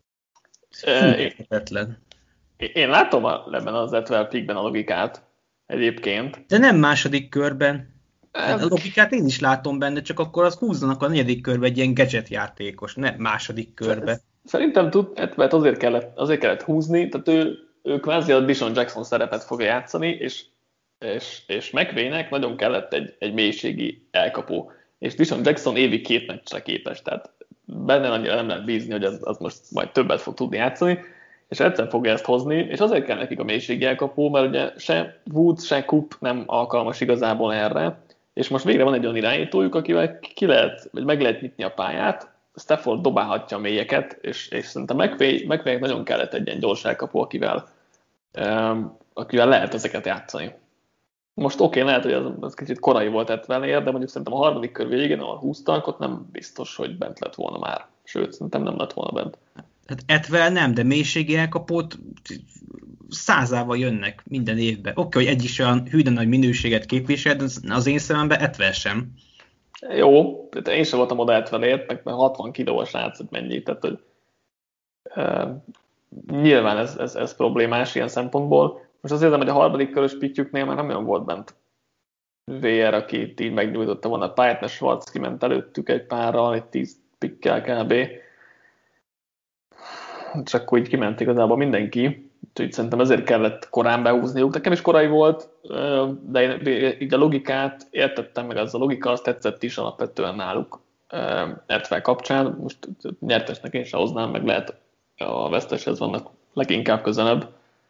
Hihetetlen. Én, én látom a, ebben az Etvel pickben a logikát egyébként. De nem második körben. A logikát én is látom benne, csak akkor az húzzanak a negyedik körbe egy ilyen gadget játékos, nem második körbe. Szerintem tud, Etvelt azért kellett, azért kellett húzni, tehát ő, ő kvázi a Deshaun Jackson szerepet fogja játszani, és, és, és McVaynek nagyon kellett egy, egy mélységi elkapó. És Deshaun Jackson évi két meccsre képes, tehát benne annyira nem lehet bízni, hogy az, az most majd többet fog tudni játszani, és egyszer fogja ezt hozni, és azért kell nekik a mélységi elkapó, mert ugye se Woods, se Coop nem alkalmas igazából erre, és most végre van egy olyan irányítójuk, akivel ki lehet, vagy meg lehet nyitni a pályát, Stafford dobálhatja a mélyeket, és, és szerintem McVay, McVaynek nagyon kellett egy ilyen gyors elkapó, akivel, um, akivel lehet ezeket játszani. Most oké, okay, lehet, hogy ez, ez kicsit korai volt Etvelnél, de mondjuk szerintem a harmadik kör végén, ahol húztak, ott nem biztos, hogy bent lett volna már. Sőt, szerintem nem lett volna bent. Hát Etvel nem, de mélységi elkapót százával jönnek minden évben. Oké, okay, hogy egy is olyan hűden nagy minőséget képvisel, de az én szememben Etvel sem. Jó, de én sem voltam oda Etvelért, meg hatvan kilós srác, mennyi, tehát hogy uh, nyilván ez, ez, ez problémás ilyen szempontból. Most azt érzem, hogy a harmadik körös pityüknél már nem olyan volt bent vé er, aki így megnyújtotta volna a pályát, mert Schwartz kiment előttük egy párral, egy tíz pikkel kb. Csak úgy kiment igazából mindenki. úgyhogy szerintem ezért kellett korán behúzniuk. Nekem is korai volt, de én így a logikát értettem, meg az a logika, azt tetszett is alapvetően náluk Ertfel kapcsán. Most nyertesnek én se hoznám, meg lehet a veszteshez vannak leginkább közelebb.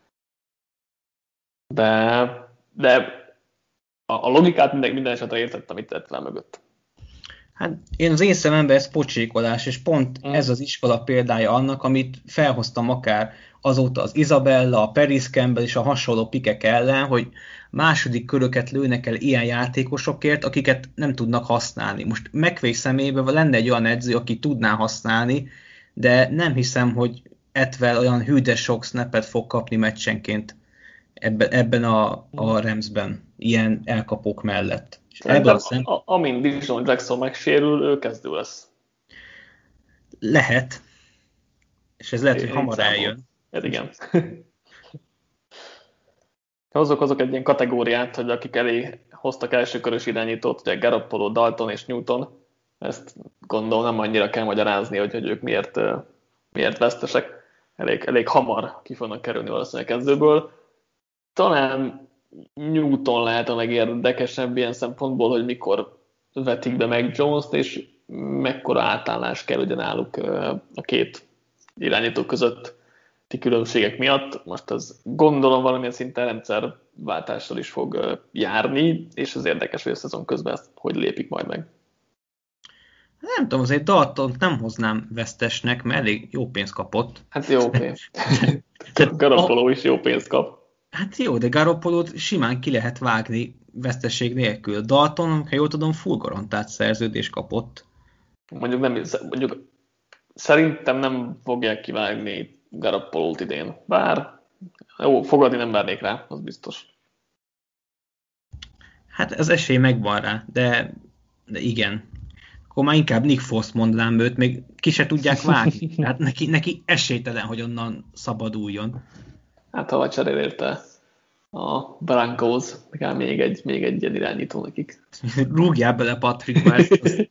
De, de a, a logikát minden, minden esetre értettem itt Ertfel mögött. Hát én az én szememben ez pocsékolás, és pont mm. ez az iskola példája annak, amit felhoztam akár azóta az Isabella, a Paris Campbell és a hasonló pikek ellen, hogy második köröket lőnek el ilyen játékosokért, akiket nem tudnak használni. Most McVay személyében lenne egy olyan edző, aki tudná használni, de nem hiszem, hogy Ertfel olyan hű de sok snappet fog kapni meccsenként ebben, ebben a, a Ramsben, ilyen elkapók mellett. Ebben szem... a, amint Dijon Jackson megsérül, ő kezdő lesz. Lehet. És ez lehet, hogy hamar eljön. Ez igen. Hozok azok egy ilyen kategóriát, hogy akik elé hoztak elsőkörös irányítót, ugye Garoppolo, Dalton és Newton, ezt gondolom nem annyira kell magyarázni, hogy, hogy ők miért, miért vesztesek. Elég, elég hamar ki fognak kerülni valószínűleg kezdőből. Talán Newton lehet a legérdekesebb ilyen szempontból, hogy mikor vetik be meg Jones-t, és mekkora átállás kell ugye náluk a két irányító közötti különbségek miatt. Most ez gondolom valamilyen szinten rendszerváltással is fog járni, és az érdekes, hogy a szezon közben ezt hogy lépik majd meg. Nem tudom, azért Daltont nem hoznám vesztesnek, mert elég jó pénzt kapott. Hát jó pénzt. Garoppolo is jó pénzt kap. Hát jó, de Garoppolót simán ki lehet vágni veszteség nélkül. Dalton, ha jól tudom, full garantált szerződést kapott. Mondjuk, nem, mondjuk szerintem nem fogják kivágni Garoppolót idén. Bár jó, fogadni nem várnék rá, az biztos. Hát az esély megvan rá, de, de igen. Akkor már inkább Nick Foss mondanám őt, még ki se tudják vágni. Hát neki, neki esélytelen, hogy onnan szabaduljon. Hát ha cserél érte a Broncos, kell még egy, még egy ilyen irányító nekik. Rúgjál bele Patrick West.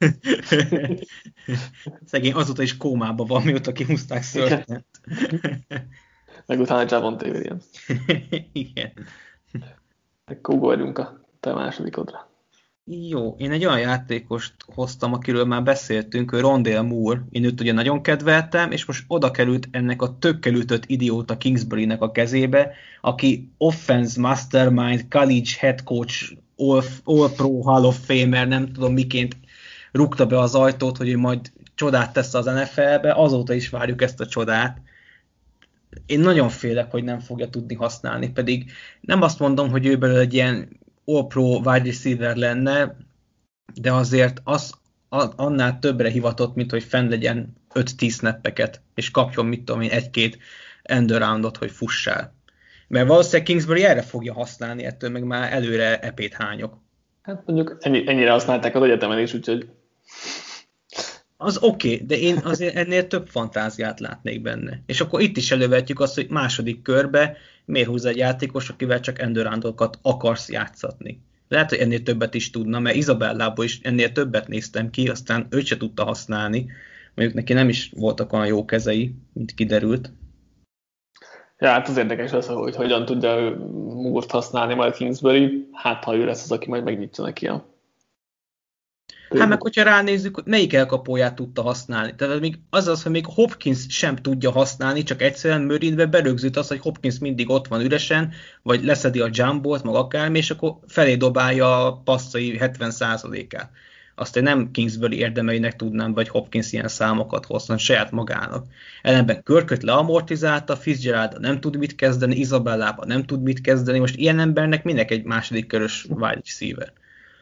Szegény azóta is kómában van, mióta kihúzták Szörtnet. Meg utána Javonte Williams. Igen. Akkor ugorjunk a te másodikodra. Jó, én egy olyan játékost hoztam, akiről már beszéltünk, ő Rondale Moore, én őt ugye nagyon kedveltem, és most oda került ennek a tökkel ütött idióta Kingsbury-nek a kezébe, aki offense mastermind, college head coach, all, all pro hall of famer, nem tudom miként rúgta be az ajtót, hogy ő majd csodát tesz az en ef el-be, azóta is várjuk ezt a csodát. Én nagyon félek, hogy nem fogja tudni használni, pedig nem azt mondom, hogy ő belőle egy ilyen All-Pro wide receiver lenne, de azért az annál többre hivatott, mint hogy fenn legyen öt-tíz snappeket, és kapjon, mit tudom én, egy-két end aroundot, hogy fussál. Mert valószínűleg Kingsbury erre fogja használni, ettől meg már előre epét hányok. Hát mondjuk ennyi, ennyire használták az egyetemen is, úgyhogy... Az oké, okay, de én azért ennél több fantáziát látnék benne. És akkor itt is elővetjük azt, hogy második körbe miért húz egy játékos, akivel csak endurandokat akarsz játszatni. Lehet, hogy ennél többet is tudna, mert Isabellából is ennél többet néztem ki, aztán őt se tudta használni. Mondjuk neki nem is voltak olyan jó kezei, mint kiderült. Ja, hát az érdekes az, hogy hogyan tudja Moore-t használni majd Kingsbury. Hát, ha ő lesz az, aki majd megnyitja neki a... Hát meg, hogyha ránézzük, hogy melyik elkapóját tudta használni. Tehát még az az, hogy még Hopkins sem tudja használni, csak egyszerűen Murraybe berögzült az, hogy Hopkins mindig ott van üresen, vagy leszedi a jumbolt, meg akármi, és akkor felé dobálja a passzai hetven százalékát. Azt én nem Kingsbury érdemeinek tudnám, vagy Hopkins ilyen számokat hozni, saját magának. Ellenben Kirköt leamortizálta, Fitzgerald nem tud mit kezdeni, Isabellában nem tud mit kezdeni, most ilyen embernek minek egy második körös wide receiver?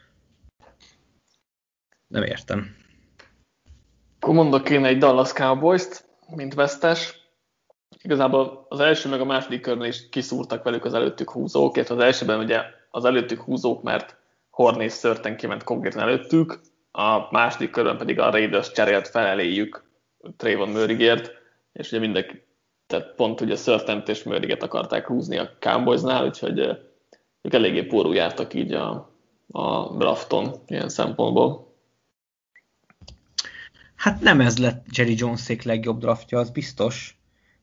Nem értem. Akkor mondok én egy Dallas Cowboys-t, mint vesztes. Igazából az első meg a második körben is kiszúrtak velük az előttük húzók, illetve az elsőben ugye az előttük húzók, mert Horn és Surtain kiment konkrétan előttük, a második körben pedig a Raiders cserélt fel eléjük Trayvon Murrayért, és ugye mindenki, tehát pont ugye Surtaint és Murrayet akarták húzni a Cowboysnál, úgyhogy ők eléggé pórul jártak így a, a drafton ilyen szempontból. Hát nem ez lett Jerry Jones-ék legjobb draftja, az biztos.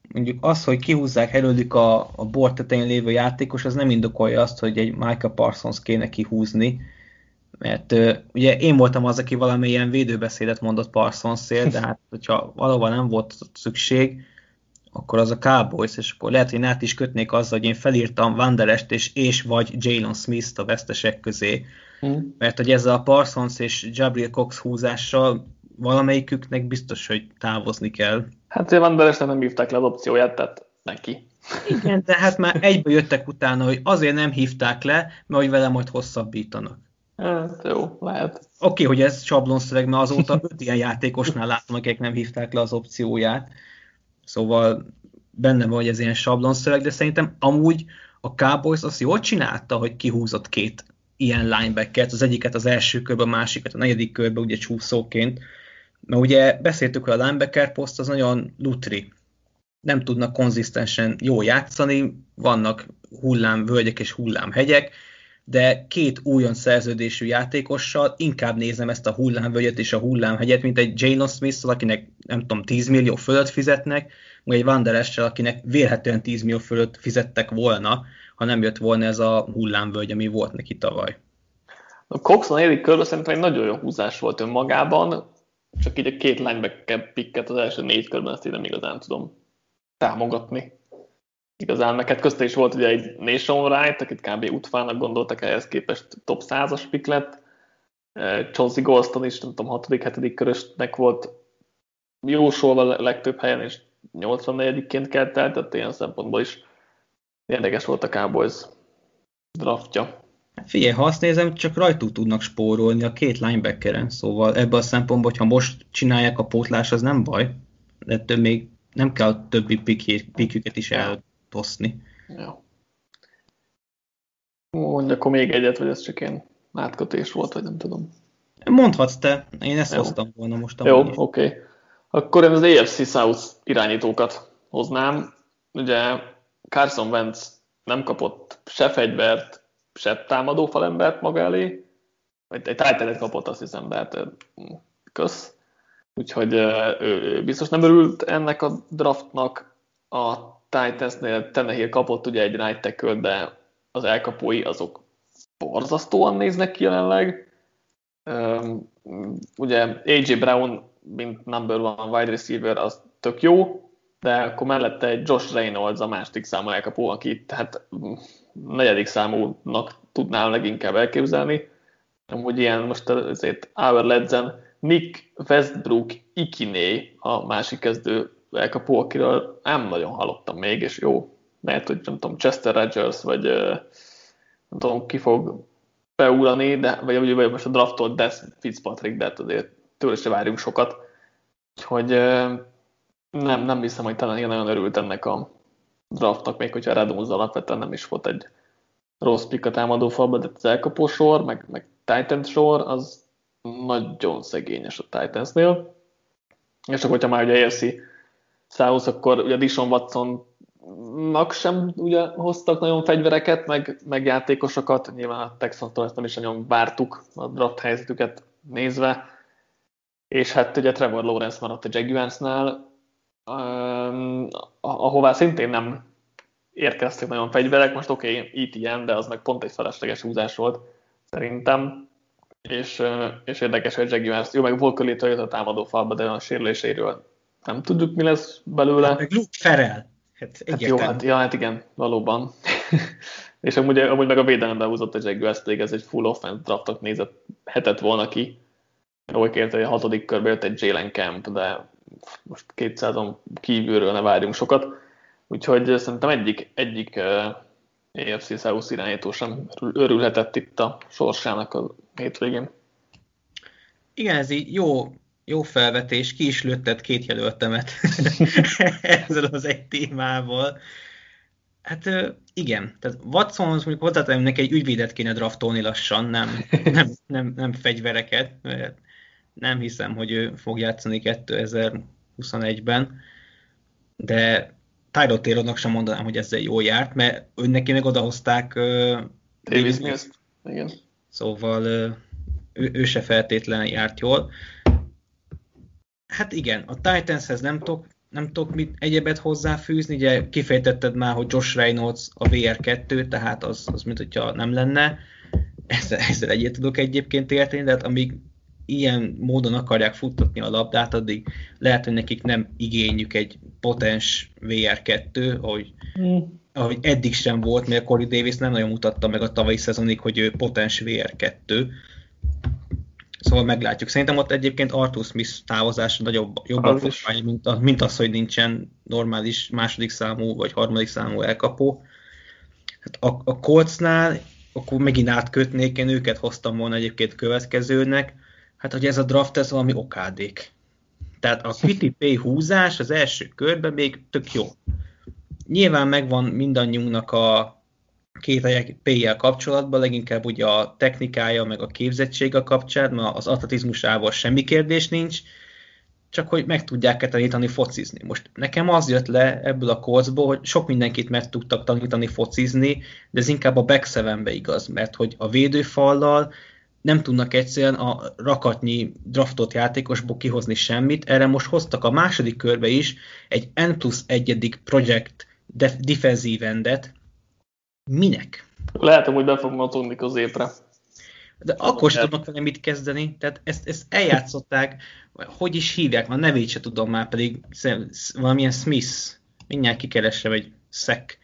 mondjuk az, hogy kihúzzák előlük a, a bort tetején lévő játékos, az nem indokolja azt, hogy egy Micah Parsons kéne kihúzni, mert uh, ugye én voltam az, aki valamilyen védőbeszédet mondott Parsonsért, de hát hogyha valóban nem volt szükség, akkor az a Cowboys, és akkor lehet, hogy át is kötnék azzal, hogy én felírtam Van Der Esch és, és vagy Jalen Smith-t a vesztesek közé, hmm. mert hogy ezzel a Parsons és Jabril Cox húzással valamelyiküknek biztos, hogy távozni kell. Hát ugye Van Der Eschnek nem hívták le az opcióját, tehát neki. Igen, de hát már egyből jöttek utána, hogy azért nem hívták le, mert hogy vele majd hosszabbítanak. Hát jó, lehet. Oké, okay, hogy ez sablonszöveg, mert azóta öt ilyen játékosnál látom, akik nem hívták le az opcióját. Szóval benne van, hogy ez ilyen sablonszöveg, de szerintem amúgy a Cowboys azt jól csinálta, hogy kihúzott két ilyen linebackert, az egyiket az első körben, a másikat a negyedik körben, ugye csúszóként. Mert ugye beszéltük, hogy a linebacker poszt az nagyon lutri. Nem tudnak konzisztensen jól játszani, vannak hullámvölgyek és hullámhegyek, de két újon szerződésű játékossal inkább nézem ezt a hullámvölgyet és a hullámhegyet, mint egy Jalen Smith-szal, akinek nem tudom, tíz millió fölött fizetnek, vagy egy Van Der Esch-sel, akinek vélhetően tíz millió fölött fizettek volna, ha nem jött volna ez a hullámvölgy, ami volt neki tavaly. A Cox a negyedik körben szerintem egy nagyon jó húzás volt önmagában, csak így a két linebacker picket az első négy körben ezt én nem igazán tudom támogatni. Igazán, meg hát közte is volt ugye egy Nation Wright, akit kb. Utfának gondoltak, ehhez képest top százas pick lett. Chauncey Golston is, nem tudom, hatodik hetedik körösnek volt jósolva legtöbb helyen, és nyolcvannegyedikként kelt el, tehát ilyen szempontból is érdekes volt a Cowboys draftja. Figyelj, ha azt nézem, csak rajtuk tudnak spórolni a két linebackeren, szóval ebből a szempontból, hogyha most csinálják a pótlás, az nem baj, de ettől még nem kell a többi pickjüket is eltoszni. Ja. Mondj akkor még egyet, vagy ez csak ilyen átkötés volt, vagy nem tudom. Mondhatsz te, én ezt Jó. hoztam volna most. Jó, oké. Okay. Akkor én az á ef cé South irányítókat hoznám. Ugye Carson Wentz nem kapott se fegyvert, se támadó falembert maga elé. Egy, egy Titanet kapott, azt hiszem, de hát kösz. Úgyhogy ő, ő biztos nem örült ennek a draftnak. A Titansnél Tannehill kapott ugye egy right tackle, de az elkapói azok borzasztóan néznek ki jelenleg. Um, ugye á jé Brown, mint number one wide receiver, az tök jó, de akkor mellette egy Josh Reynolds a második számú elkapó, akit hát negyedik számúnak tudnám leginkább elképzelni. Amúgy ilyen most azért Our Legend Nick Westbrook Ikiné a másik kezdő elkapó, akiről nem nagyon hallottam még, és jó, lehet, hogy nem tudom, Chester Rogers, vagy nem tudom, ki fog beúrani, de, vagy, vagy most a draftolt Des Fitzpatrick, de hát azért tőle se várjunk sokat. Úgyhogy nem, nem hiszem, hogy talán én nagyon örült ennek a draftnak, még hogyha Radunz alapvetően nem is volt egy rossz pick a támadó falba, de az elkapó sor, meg, meg Titan sor, az nagyon szegényes a Titansnél. És akkor, hogyha már ugye á ef cé South, akkor ugye Deshaun Watsonnak sem ugye hoztak nagyon fegyvereket, meg, meg játékosokat. Nyilván a Texanstól ezt nem is nagyon vártuk a draft helyzetüket nézve. És hát ugye Trevor Lawrence maradt a Jaguarsnál, ahová szintén nem érkeztek nagyon fegyverek. Most oké, okay, itt ilyen, de az meg pont egy felesleges húzás volt szerintem. És, és érdekes, hogy Jaguars, jó, meg Volker-Létől jött a támadó falba, de a sérüléseiről nem tudjuk, mi lesz belőle. Hát meg Luke Farrell. Hát, hát jó, hát, ja, hát igen, valóban. És amúgy, amúgy meg a védelemben húzott a Jaguars, pedig ez egy full offense draftot nézett, hetet volna ki. Roy kérte, hogy a hatodik körbe jött egy Jalen Camp, de most kétszázon kívülről ne várjunk sokat. Úgyhogy szerintem egyik, egyik uh, á ef cé South irányító sem örülhetett itt a sorsának a hétvégén. Igen, ez így jó, jó felvetés, ki is lőtted két jelöltemet ezzel az egy témával. Hát igen, tehát Watsonhoz mondjuk hozzátenem, neki egy ügyvédet kéne draftolni lassan, nem, nem, nem, nem fegyvereket, mert nem hiszem, hogy ő fog játszani kétezer-huszonegyben, de Tyrod Taylornak sem mondanám, hogy ezzel jól járt, mert ő neki meg odahozták uh, Davis Mills. Igen. Szóval uh, ő, ő se feltétlenül járt jól. Hát igen, a Titanshez nem tudok nem tudok mit egyebet hozzáfűzni, ugye kifejtetted már, hogy Josh Reynolds a vé er kettő, tehát az, az mint hogyha nem lenne. Ezzel, ezzel egyet tudok egyébként érteni, de hát amíg ilyen módon akarják futtatni a labdát, addig lehet, hogy nekik nem igényük egy potens vé er kettő, ahogy, mm. ahogy eddig sem volt, mert Corey Davis nem nagyon mutatta meg a tavalyi szezonig, hogy ő potens vé er kettő. Szóval meglátjuk. Szerintem ott egyébként Arthur Smith távozása nagyobb, jobban fog válni, mint, mint az, hogy nincsen normális második számú vagy harmadik számú elkapó. Hát a, a Coltsnál akkor megint átkötnék, én őket hoztam volna egyébként következőnek. Hát, hogy ez a draft, ez valami okádék. Tehát a Kwity Paye húzás az első körben még tök jó. Nyilván megvan mindannyiunknak a két Paye-jel kapcsolatban, leginkább ugye a technikája, meg a képzettsége kapcsán, mert az atletizmusával semmi kérdés nincs, csak hogy meg tudják-e tanítani focizni. Most nekem az jött le ebből a Coltsból, hogy sok mindenkit meg tudtak tanítani focizni, de ez inkább a back sevenbe igaz, mert hogy a védőfallal nem tudnak egyszerűen a rakatnyi draftot játékosból kihozni semmit, erre most hoztak a második körbe is egy N plusz egyedik project def- defensive endet. Minek? Lehet, hogy be fognak tudni középre. De akkor sem tudnak vele mit kezdeni, tehát ezt, ezt eljátszották, hogy is hívják, a nevét se tudom már, pedig valamilyen Smith, mindjárt kikeresem egy szek.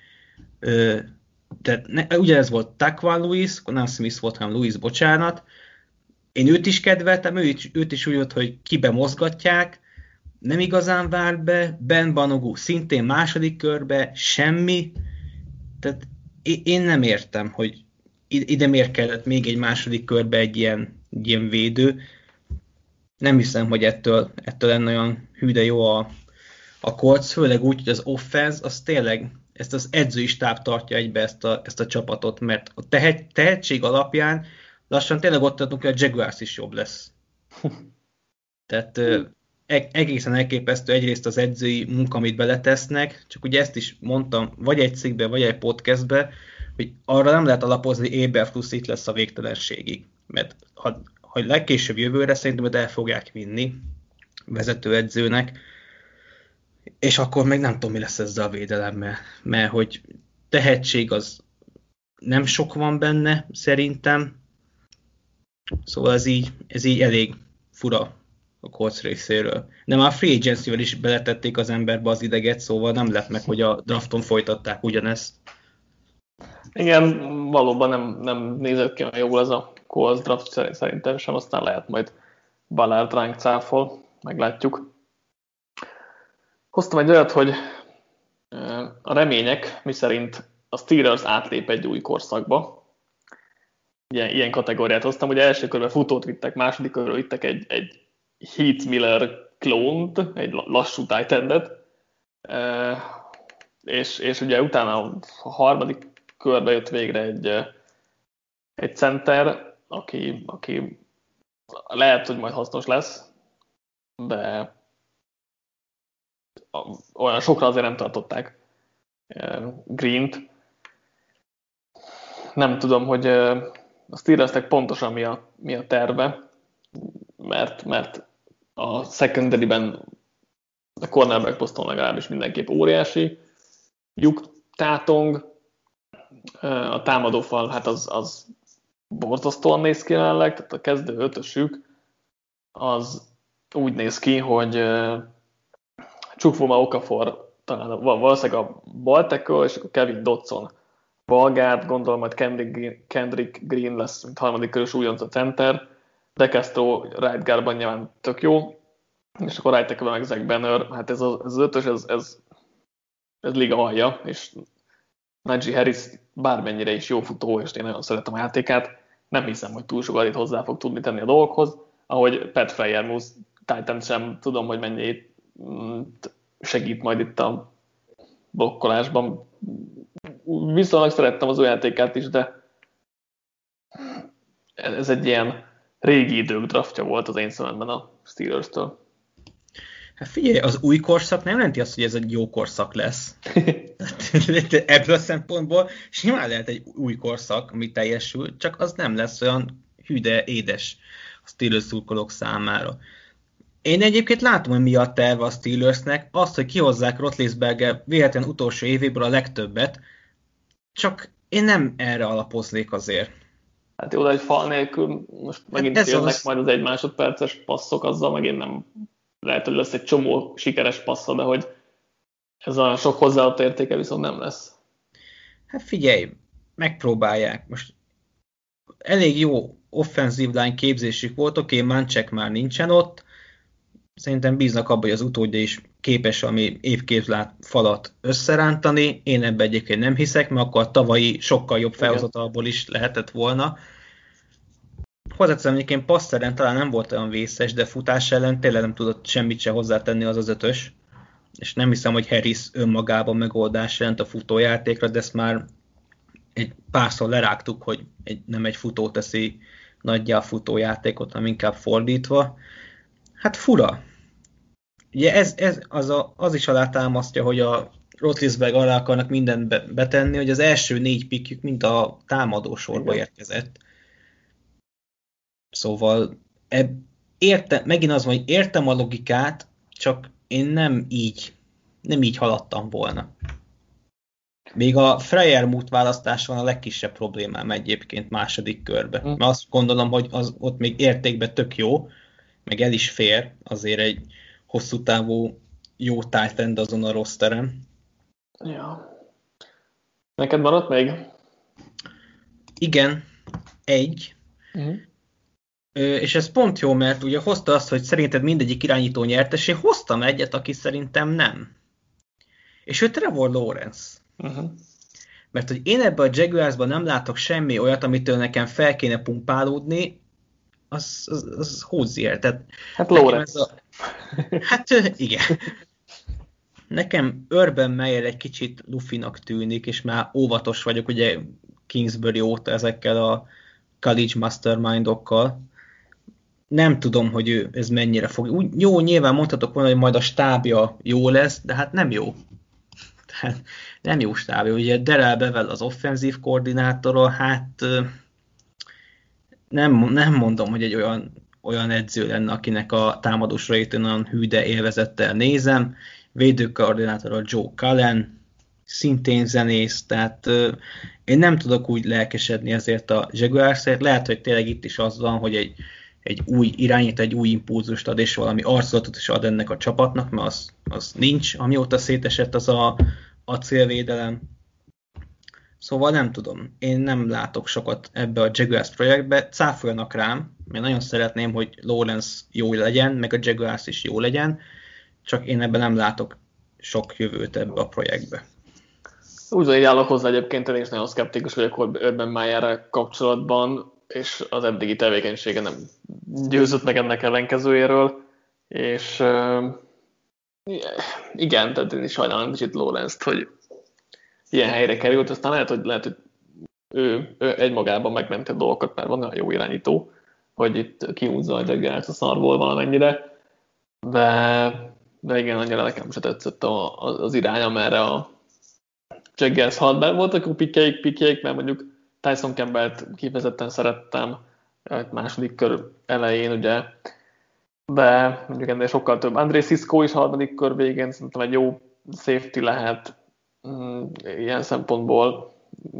Tehát ne, ugyanez volt Taquan Lewis, nem Smith volt, hanem Lewis, bocsánat. Én őt is kedveltem, ő, őt is úgy volt, hogy kibe mozgatják, nem igazán várt be, Ben Banogu szintén második körbe, semmi. Tehát én nem értem, hogy ide miért kellett még egy második körbe egy ilyen, egy ilyen védő. Nem hiszem, hogy ettől, ettől lenne olyan hű de jó a, a Colts, főleg úgy, hogy az offense, az tényleg ezt az edzői stáb tartja egybe ezt a, ezt a csapatot, mert a tehet, tehetség alapján lassan tényleg ott tartunk, hogy a Jaguars is jobb lesz. Tehát e- egészen elképesztő egyrészt az edzői munka, amit beletesznek, csak ugye ezt is mondtam, vagy egy cikkbe, vagy egy podcastbe, hogy arra nem lehet alapozni, hogy Eberflus itt lesz a végtelenségig. Mert ha, ha legkésőbb jövőre szerintem el fogják vinni vezetőedzőnek, és akkor még nem tudom, mi lesz ezzel a védelemmel. Mert hogy tehetség az nem sok van benne, szerintem. Szóval ez így, ez így elég fura a Colts részéről. De már a free agency-vel is beletették az emberbe az ideget, szóval nem lett meg, hogy a drafton folytatták ugyanezt. Igen, valóban nem, nem nézett ki olyan jól ez a Colts draft szerintem sem, aztán lehet majd Ballard ránk cáfol, meglátjuk. Hoztam egy olyat, hogy a remények, miszerint a Steelers átlép egy új korszakba. Ilyen, ilyen kategóriát hoztam, ugye első körben futót vittek, második körben vittek egy, egy Heath Miller klónt, egy lassú tight endet, és, és ugye utána a harmadik körbe jött végre egy, egy center, aki, aki lehet, hogy majd hasznos lesz, de olyan sokra azért nem tartották Greent. Nem tudom, hogy a Steelersnek pontosan mi a, mi a terve, mert, mert a secondary-ben a cornerback poszton legalábbis mindenképp óriási lyuk tátong. A támadófal, hát az, az borzasztóan néz ki jelenleg, tehát a kezdő ötösük az úgy néz ki, hogy Chukwuma Okafor talán valószínűleg a bal tackle, és akkor Kevin Dodson balgárd, gondolom majd Kendrick, Kendrick Green lesz, mint harmadik körös újonc a center, De Castro right guardban nyilván tök jó, és akkor right tackle meg Zach Banner, hát ez az, ez az ötös, ez, ez, ez liga alja, és Najee Harris bármennyire is jó futó, és én nagyon szeretem a játékát, nem hiszem, hogy túl sokat itt hozzá fog tudni tenni a dolgokhoz, ahogy Pat Freiermuth Titan sem tudom, hogy mennyi segít majd itt a blokkolásban. Viszonylag szerettem az ő játékát is, de ez egy ilyen régi idők draftja volt az én szememben a Steelers-től. Hát figyelj, az új korszak nem jelenti azt, hogy ez egy jó korszak lesz. Ebből a szempontból simán lehet egy új korszak, ami teljesül, csak az nem lesz olyan hű de édes a Steelers szurkolók számára. Én egyébként látom, hogy mi a terve a Steelersnek, azt, hogy kihozzák Roethlisberger véletlen utolsó évéből a legtöbbet, csak én nem erre alapoznék azért. Hát jó, de egy fal nélkül most Hát megint ez jönnek az. majd az egy másodperces passzok, azzal megint nem lehet, hogy lesz egy csomó sikeres passza, de hogy ez a sok hozzáadott értéke viszont nem lesz. Hát figyelj, megpróbálják. Most elég jó offenzív line képzésük volt, oké, okay, Mancsek már nincsen ott, szerintem bíznak abban, hogy az utódja is képes ami évképzlát falat összerántani. Én ebbe egyébként nem hiszek, mert akkor a tavalyi sokkal jobb felhozatalból is lehetett volna. Hozzáteszem, egyébként passzeren talán nem volt olyan vészes, de futás ellen tényleg nem tudott semmit se hozzátenni az az ötös. És nem hiszem, hogy Harris önmagában megoldás jelent a futójátékra, de ezt már egy párszor lerágtuk, hogy egy, nem egy futó teszi nagyjá a futójátékot, hanem inkább fordítva. Hát fura. Ugye ez, ez az, a, az is alátámasztja, hogy a Roethlisberger alá akarnak mindent be, betenni, hogy az első négy pikjük mind a támadó sorba érkezett. Szóval eb, érte, megint az van, hogy értem a logikát, csak én nem így, nem így haladtam volna. Még a Freiermuth választás van a legkisebb problémám egyébként második körbe. Mm. Mert azt gondolom, hogy az ott még értékben tök jó, meg el is fér azért egy hosszú távú jó tight end azon a rosteren. Ja. Neked maradt még? Igen, egy. Mm. Ö, és ez pont jó, mert ugye hozta azt, hogy szerinted mindegyik irányító nyertes, én hoztam egyet, aki szerintem nem. És ő Trevor Lawrence. Uh-huh. Mert hogy én ebben a Jaguarsban nem látok semmi olyat, amitől nekem fel kéne pumpálódni, az, az, az Hozier. Tehát hát Lawrence. A... Hát igen. Nekem Urban Meyer egy kicsit lufinak tűnik, és már óvatos vagyok, ugye Kingsbury óta ezekkel a college mastermindokkal. Nem tudom, hogy ő ez mennyire fog. Úgy, jó, nyilván mondhatok volna, hogy majd a stábja jó lesz, de hát nem jó. Tehát nem jó stábja. Ugye Darrell Bevell az offenzív koordinátora, hát nem, nem mondom, hogy egy olyan, olyan edző lenne, akinek a támadósrait olyan hű, de élvezettel nézem. Védőkoordinátor a Joe Cullen, szintén zenész, tehát euh, én nem tudok úgy lelkesedni ezért a Jaguarsért. Lehet, hogy tényleg itt is az van, hogy egy, egy új irányít, egy új impulzust ad, és valami arculatot is ad ennek a csapatnak, mert az, az nincs, amióta szétesett az a acélvédelem. Szóval nem tudom, én nem látok sokat ebbe a Jaguars projektbe, cáfoljanak rám, mert nagyon szeretném, hogy Lawrence jó legyen, meg a Jaguars is jó legyen, csak én ebben nem látok sok jövőt ebbe a projektbe. Úgy állok hozzá egyébként, én is nagyon szkeptikus vagyok Urban Meyerrel kapcsolatban, és az eddigi tevékenysége nem győzött meg ennek ellenkezőjéről, és uh, igen, tehát én is sajnálom kicsit Lawrence-t, hogy ilyen helyre került, aztán lehet, hogy, lehet, hogy ő, ő egymagában megmenti a dolgokat, mert van olyan jó irányító, hogy itt kihúzza a Jaguars a szarból valamennyire, de, de igen, annyira nekem se tetszett a, az irány, amerre a Jaguars halt be. Voltak jó pikjeik, pikjeik, mert mondjuk Tyson Campbell-t kifejezetten szerettem második kör elején, ugye, de mondjuk ennél sokkal több. André Cisco is harmadik kör végén szerintem egy jó safety lehet ilyen szempontból.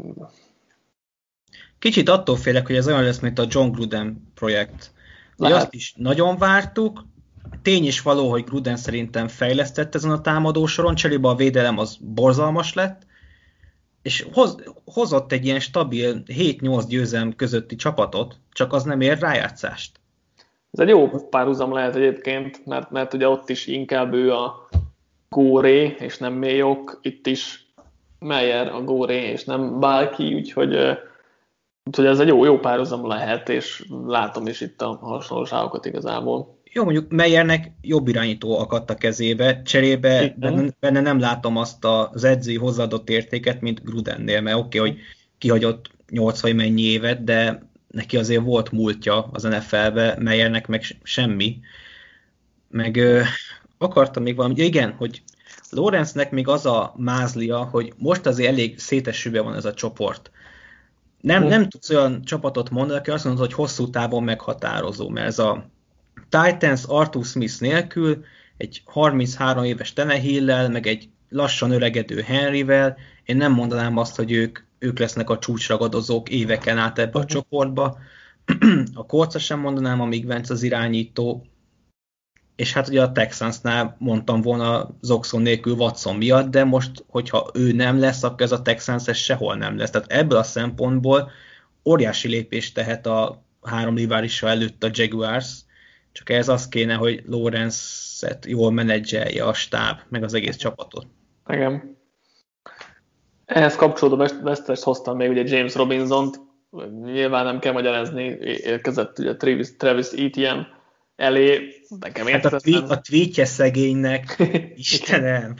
Kicsit attól félek, hogy ez olyan lesz, mint a John Gruden projekt. Ugye azt is nagyon vártuk, tény is való, hogy Gruden szerintem fejlesztett ezen a támadósoron, cserébe a védelem az borzalmas lett, és hoz, hozott egy ilyen stabil hét-nyolc győzelem közötti csapatot, csak az nem ér rájátszást. Ez egy jó párhuzam lehet egyébként, mert, mert ugye ott is inkább ő a Góré, és nem Mélyok, itt is Meyer a Góré, és nem bárki, úgyhogy, úgyhogy ez egy jó, jó párhuzam lehet, és látom is itt a hasonlóságokat igazából. Jó, mondjuk Meyernek jobb irányító akadt a kezébe, cserébe benne, benne nem látom azt az edzői hozzáadott értéket, mint Grudennél, mert oké, okay, hogy kihagyott nyolc vagy mennyi évet, de neki azért volt múltja az en ef el-be, Meyernek meg semmi. Meg ö, akartam még valami, ja, igen, hogy Lawrence-nek még az a mázlia, hogy most azért elég szétesőbe van ez a csoport. Nem, hmm. nem tudsz olyan csapatot mondani, aki azt mondod, hogy hosszú távon meghatározó, mert ez a Titans Arthur Smith nélkül, egy harminchárom éves Tannehill-lel, meg egy lassan öregedő Henryvel, én nem mondanám azt, hogy ők, ők lesznek a csúcsragadozók éveken át ebbe a csoportba. A Colts sem mondanám, amíg Wentz az irányító, és hát ugye a Texansnál mondtam volna Zoxon nélkül Watson miatt, de most, hogyha ő nem lesz, akkor ez a Texans ez sehol nem lesz. Tehát ebből a szempontból óriási lépést tehet a három riválisa előtt a Jaguars, csak ez az kéne, hogy Lawrence-et jól menedzselje a stáb, meg az egész csapatot. Igen. Ehhez kapcsolódó vesztest hoztam még ugye James Robinsont, nyilván nem kell magyarázni, érkezett ugye Travis, Travis Etienne elé, nekem hát a, tweet, a tweetje szegénynek, Istenem,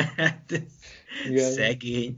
szegény.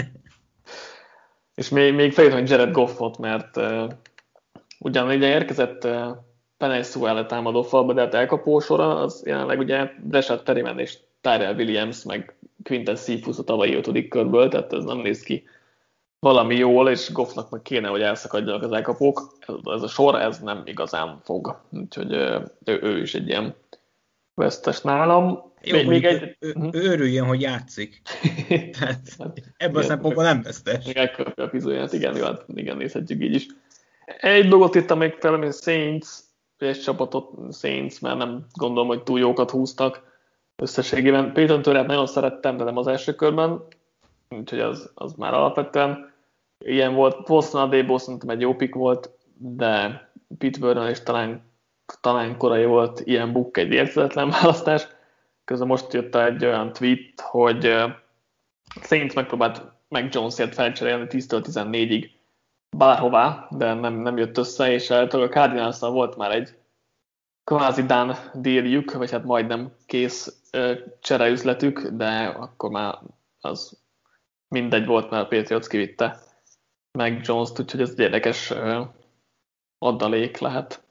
És még, még felírtam, hogy Jared Goffot, mert uh, ugyan ugye érkezett uh, Penei Sewell támadó falba, de hát elkapó sora, az jelenleg ugye Rashad Perriman és Tyrell Williams, meg Quintez Cephus a tavalyi ötödik körből, tehát ez nem néz ki valami jól, és Goffnak meg kéne, hogy elszakadjanak az elkapók. Ez, ez a sor, ez nem igazán fog. Úgyhogy ő, ő is egy ilyen vesztes nálam. Jó, még, még egy... ő, ő, ő örüljön, hogy játszik. Tehát ebből a szempontból nem vesztes. Még elkapja a fizóját, igen, jó, hát igen, nézhetjük így is. Egy dolgot írtam még fel, mint Saints, egy csapatot Saints, mert nem gondolom, hogy túl jókat húztak összességében. Peyton Turrert nagyon szerettem, de nem az első körben, úgyhogy az, az már alapvetően ilyen volt. Boston Adebo szerintem egy jó pick volt, de Pete Werner és talán, talán korai volt ilyen book egy érthetetlen választás. Közben most jött egy olyan tweet, hogy Saints megpróbált meg Jonesért felcserélni tíztől tizennégyig bárhová, de nem, nem jött össze, és a Cardinalsnál volt már egy kvázi done dealjük, vagy hát majdnem kész csereüzletük, de akkor már az mindegy volt, mert a Patriots kivitte meg Jones-t, úgyhogy ez egy érdekes adalék lehet.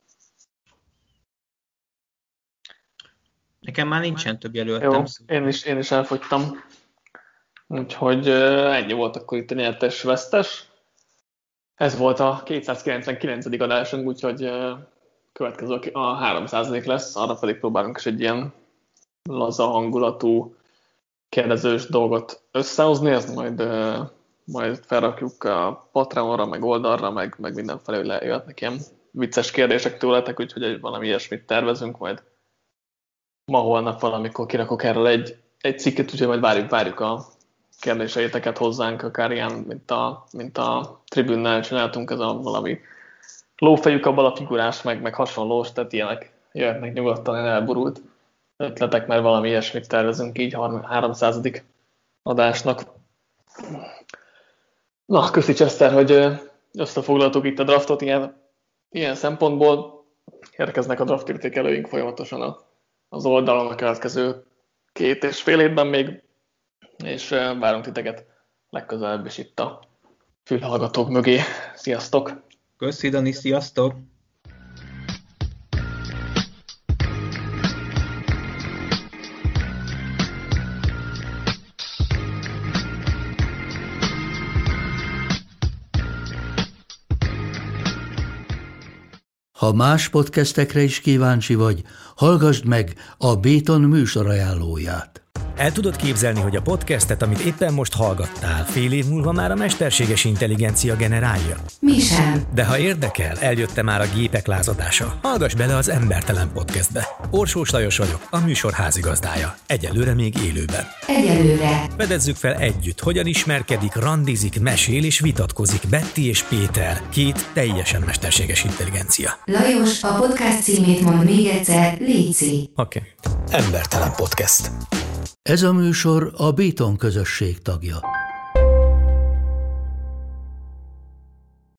Nekem már nincsen több jelöltem. Jó, én is, én is elfogytam. Úgyhogy ennyi volt akkor itt a nyertes-vesztes. Ez volt a kétszázkilencvenkilencedik adásunk, úgyhogy következő a háromszázadik lesz, arra pedig próbálunk is egy ilyen laza hangulatú kérdezős dolgot összehozni, ezt majd, majd felrakjuk a Patreonra, meg oldalra, meg, meg mindenfelé lejöhetnek ilyen vicces kérdések tőletek, úgyhogy valami ilyesmit tervezünk, majd ma holnap valamikor kirakok erről egy, egy cikket, úgyhogy majd várjuk, várjuk a kérdéseiteket hozzánk, akár ilyen, mint a, mint a tribünnel csináltunk, ez a valami lófejű kabala figurás, meg, meg hasonlós, tehát ilyenek jöhetnek nyugodtan, elborult ötletek, mert valami ilyesmit tervezünk így háromszázadik adásnak. Na, köszi Chester, hogy összefoglaltuk itt a draftot ilyen, ilyen szempontból. Érkeznek a draft értékelőink folyamatosan az oldalon a következő két és fél évben még, és várunk titeket legközelebb is itt a fülhallgatók mögé. Sziasztok! Köszi, Dani, sziasztok! Ha más podcastekre is kíváncsi vagy, hallgassd meg a Béton műsor ajánlóját. El tudod képzelni, hogy a podcastet, amit éppen most hallgattál, fél év múlva már a mesterséges intelligencia generálja? Mi sem. De ha érdekel, eljött már a gépek lázadása. Hallgass bele az Embertelen Podcastbe. Orsós Lajos vagyok, a műsor házigazdája. Egyelőre még élőben. Egyelőre. Fedezzük fel együtt, hogyan ismerkedik, randizik, mesél és vitatkozik Betty és Péter, két teljesen mesterséges intelligencia. Lajos, a podcast címét mond még egyszer, léci. Oké. Okay. Embertelen Podcast. Ez a műsor a Béton közösség tagja.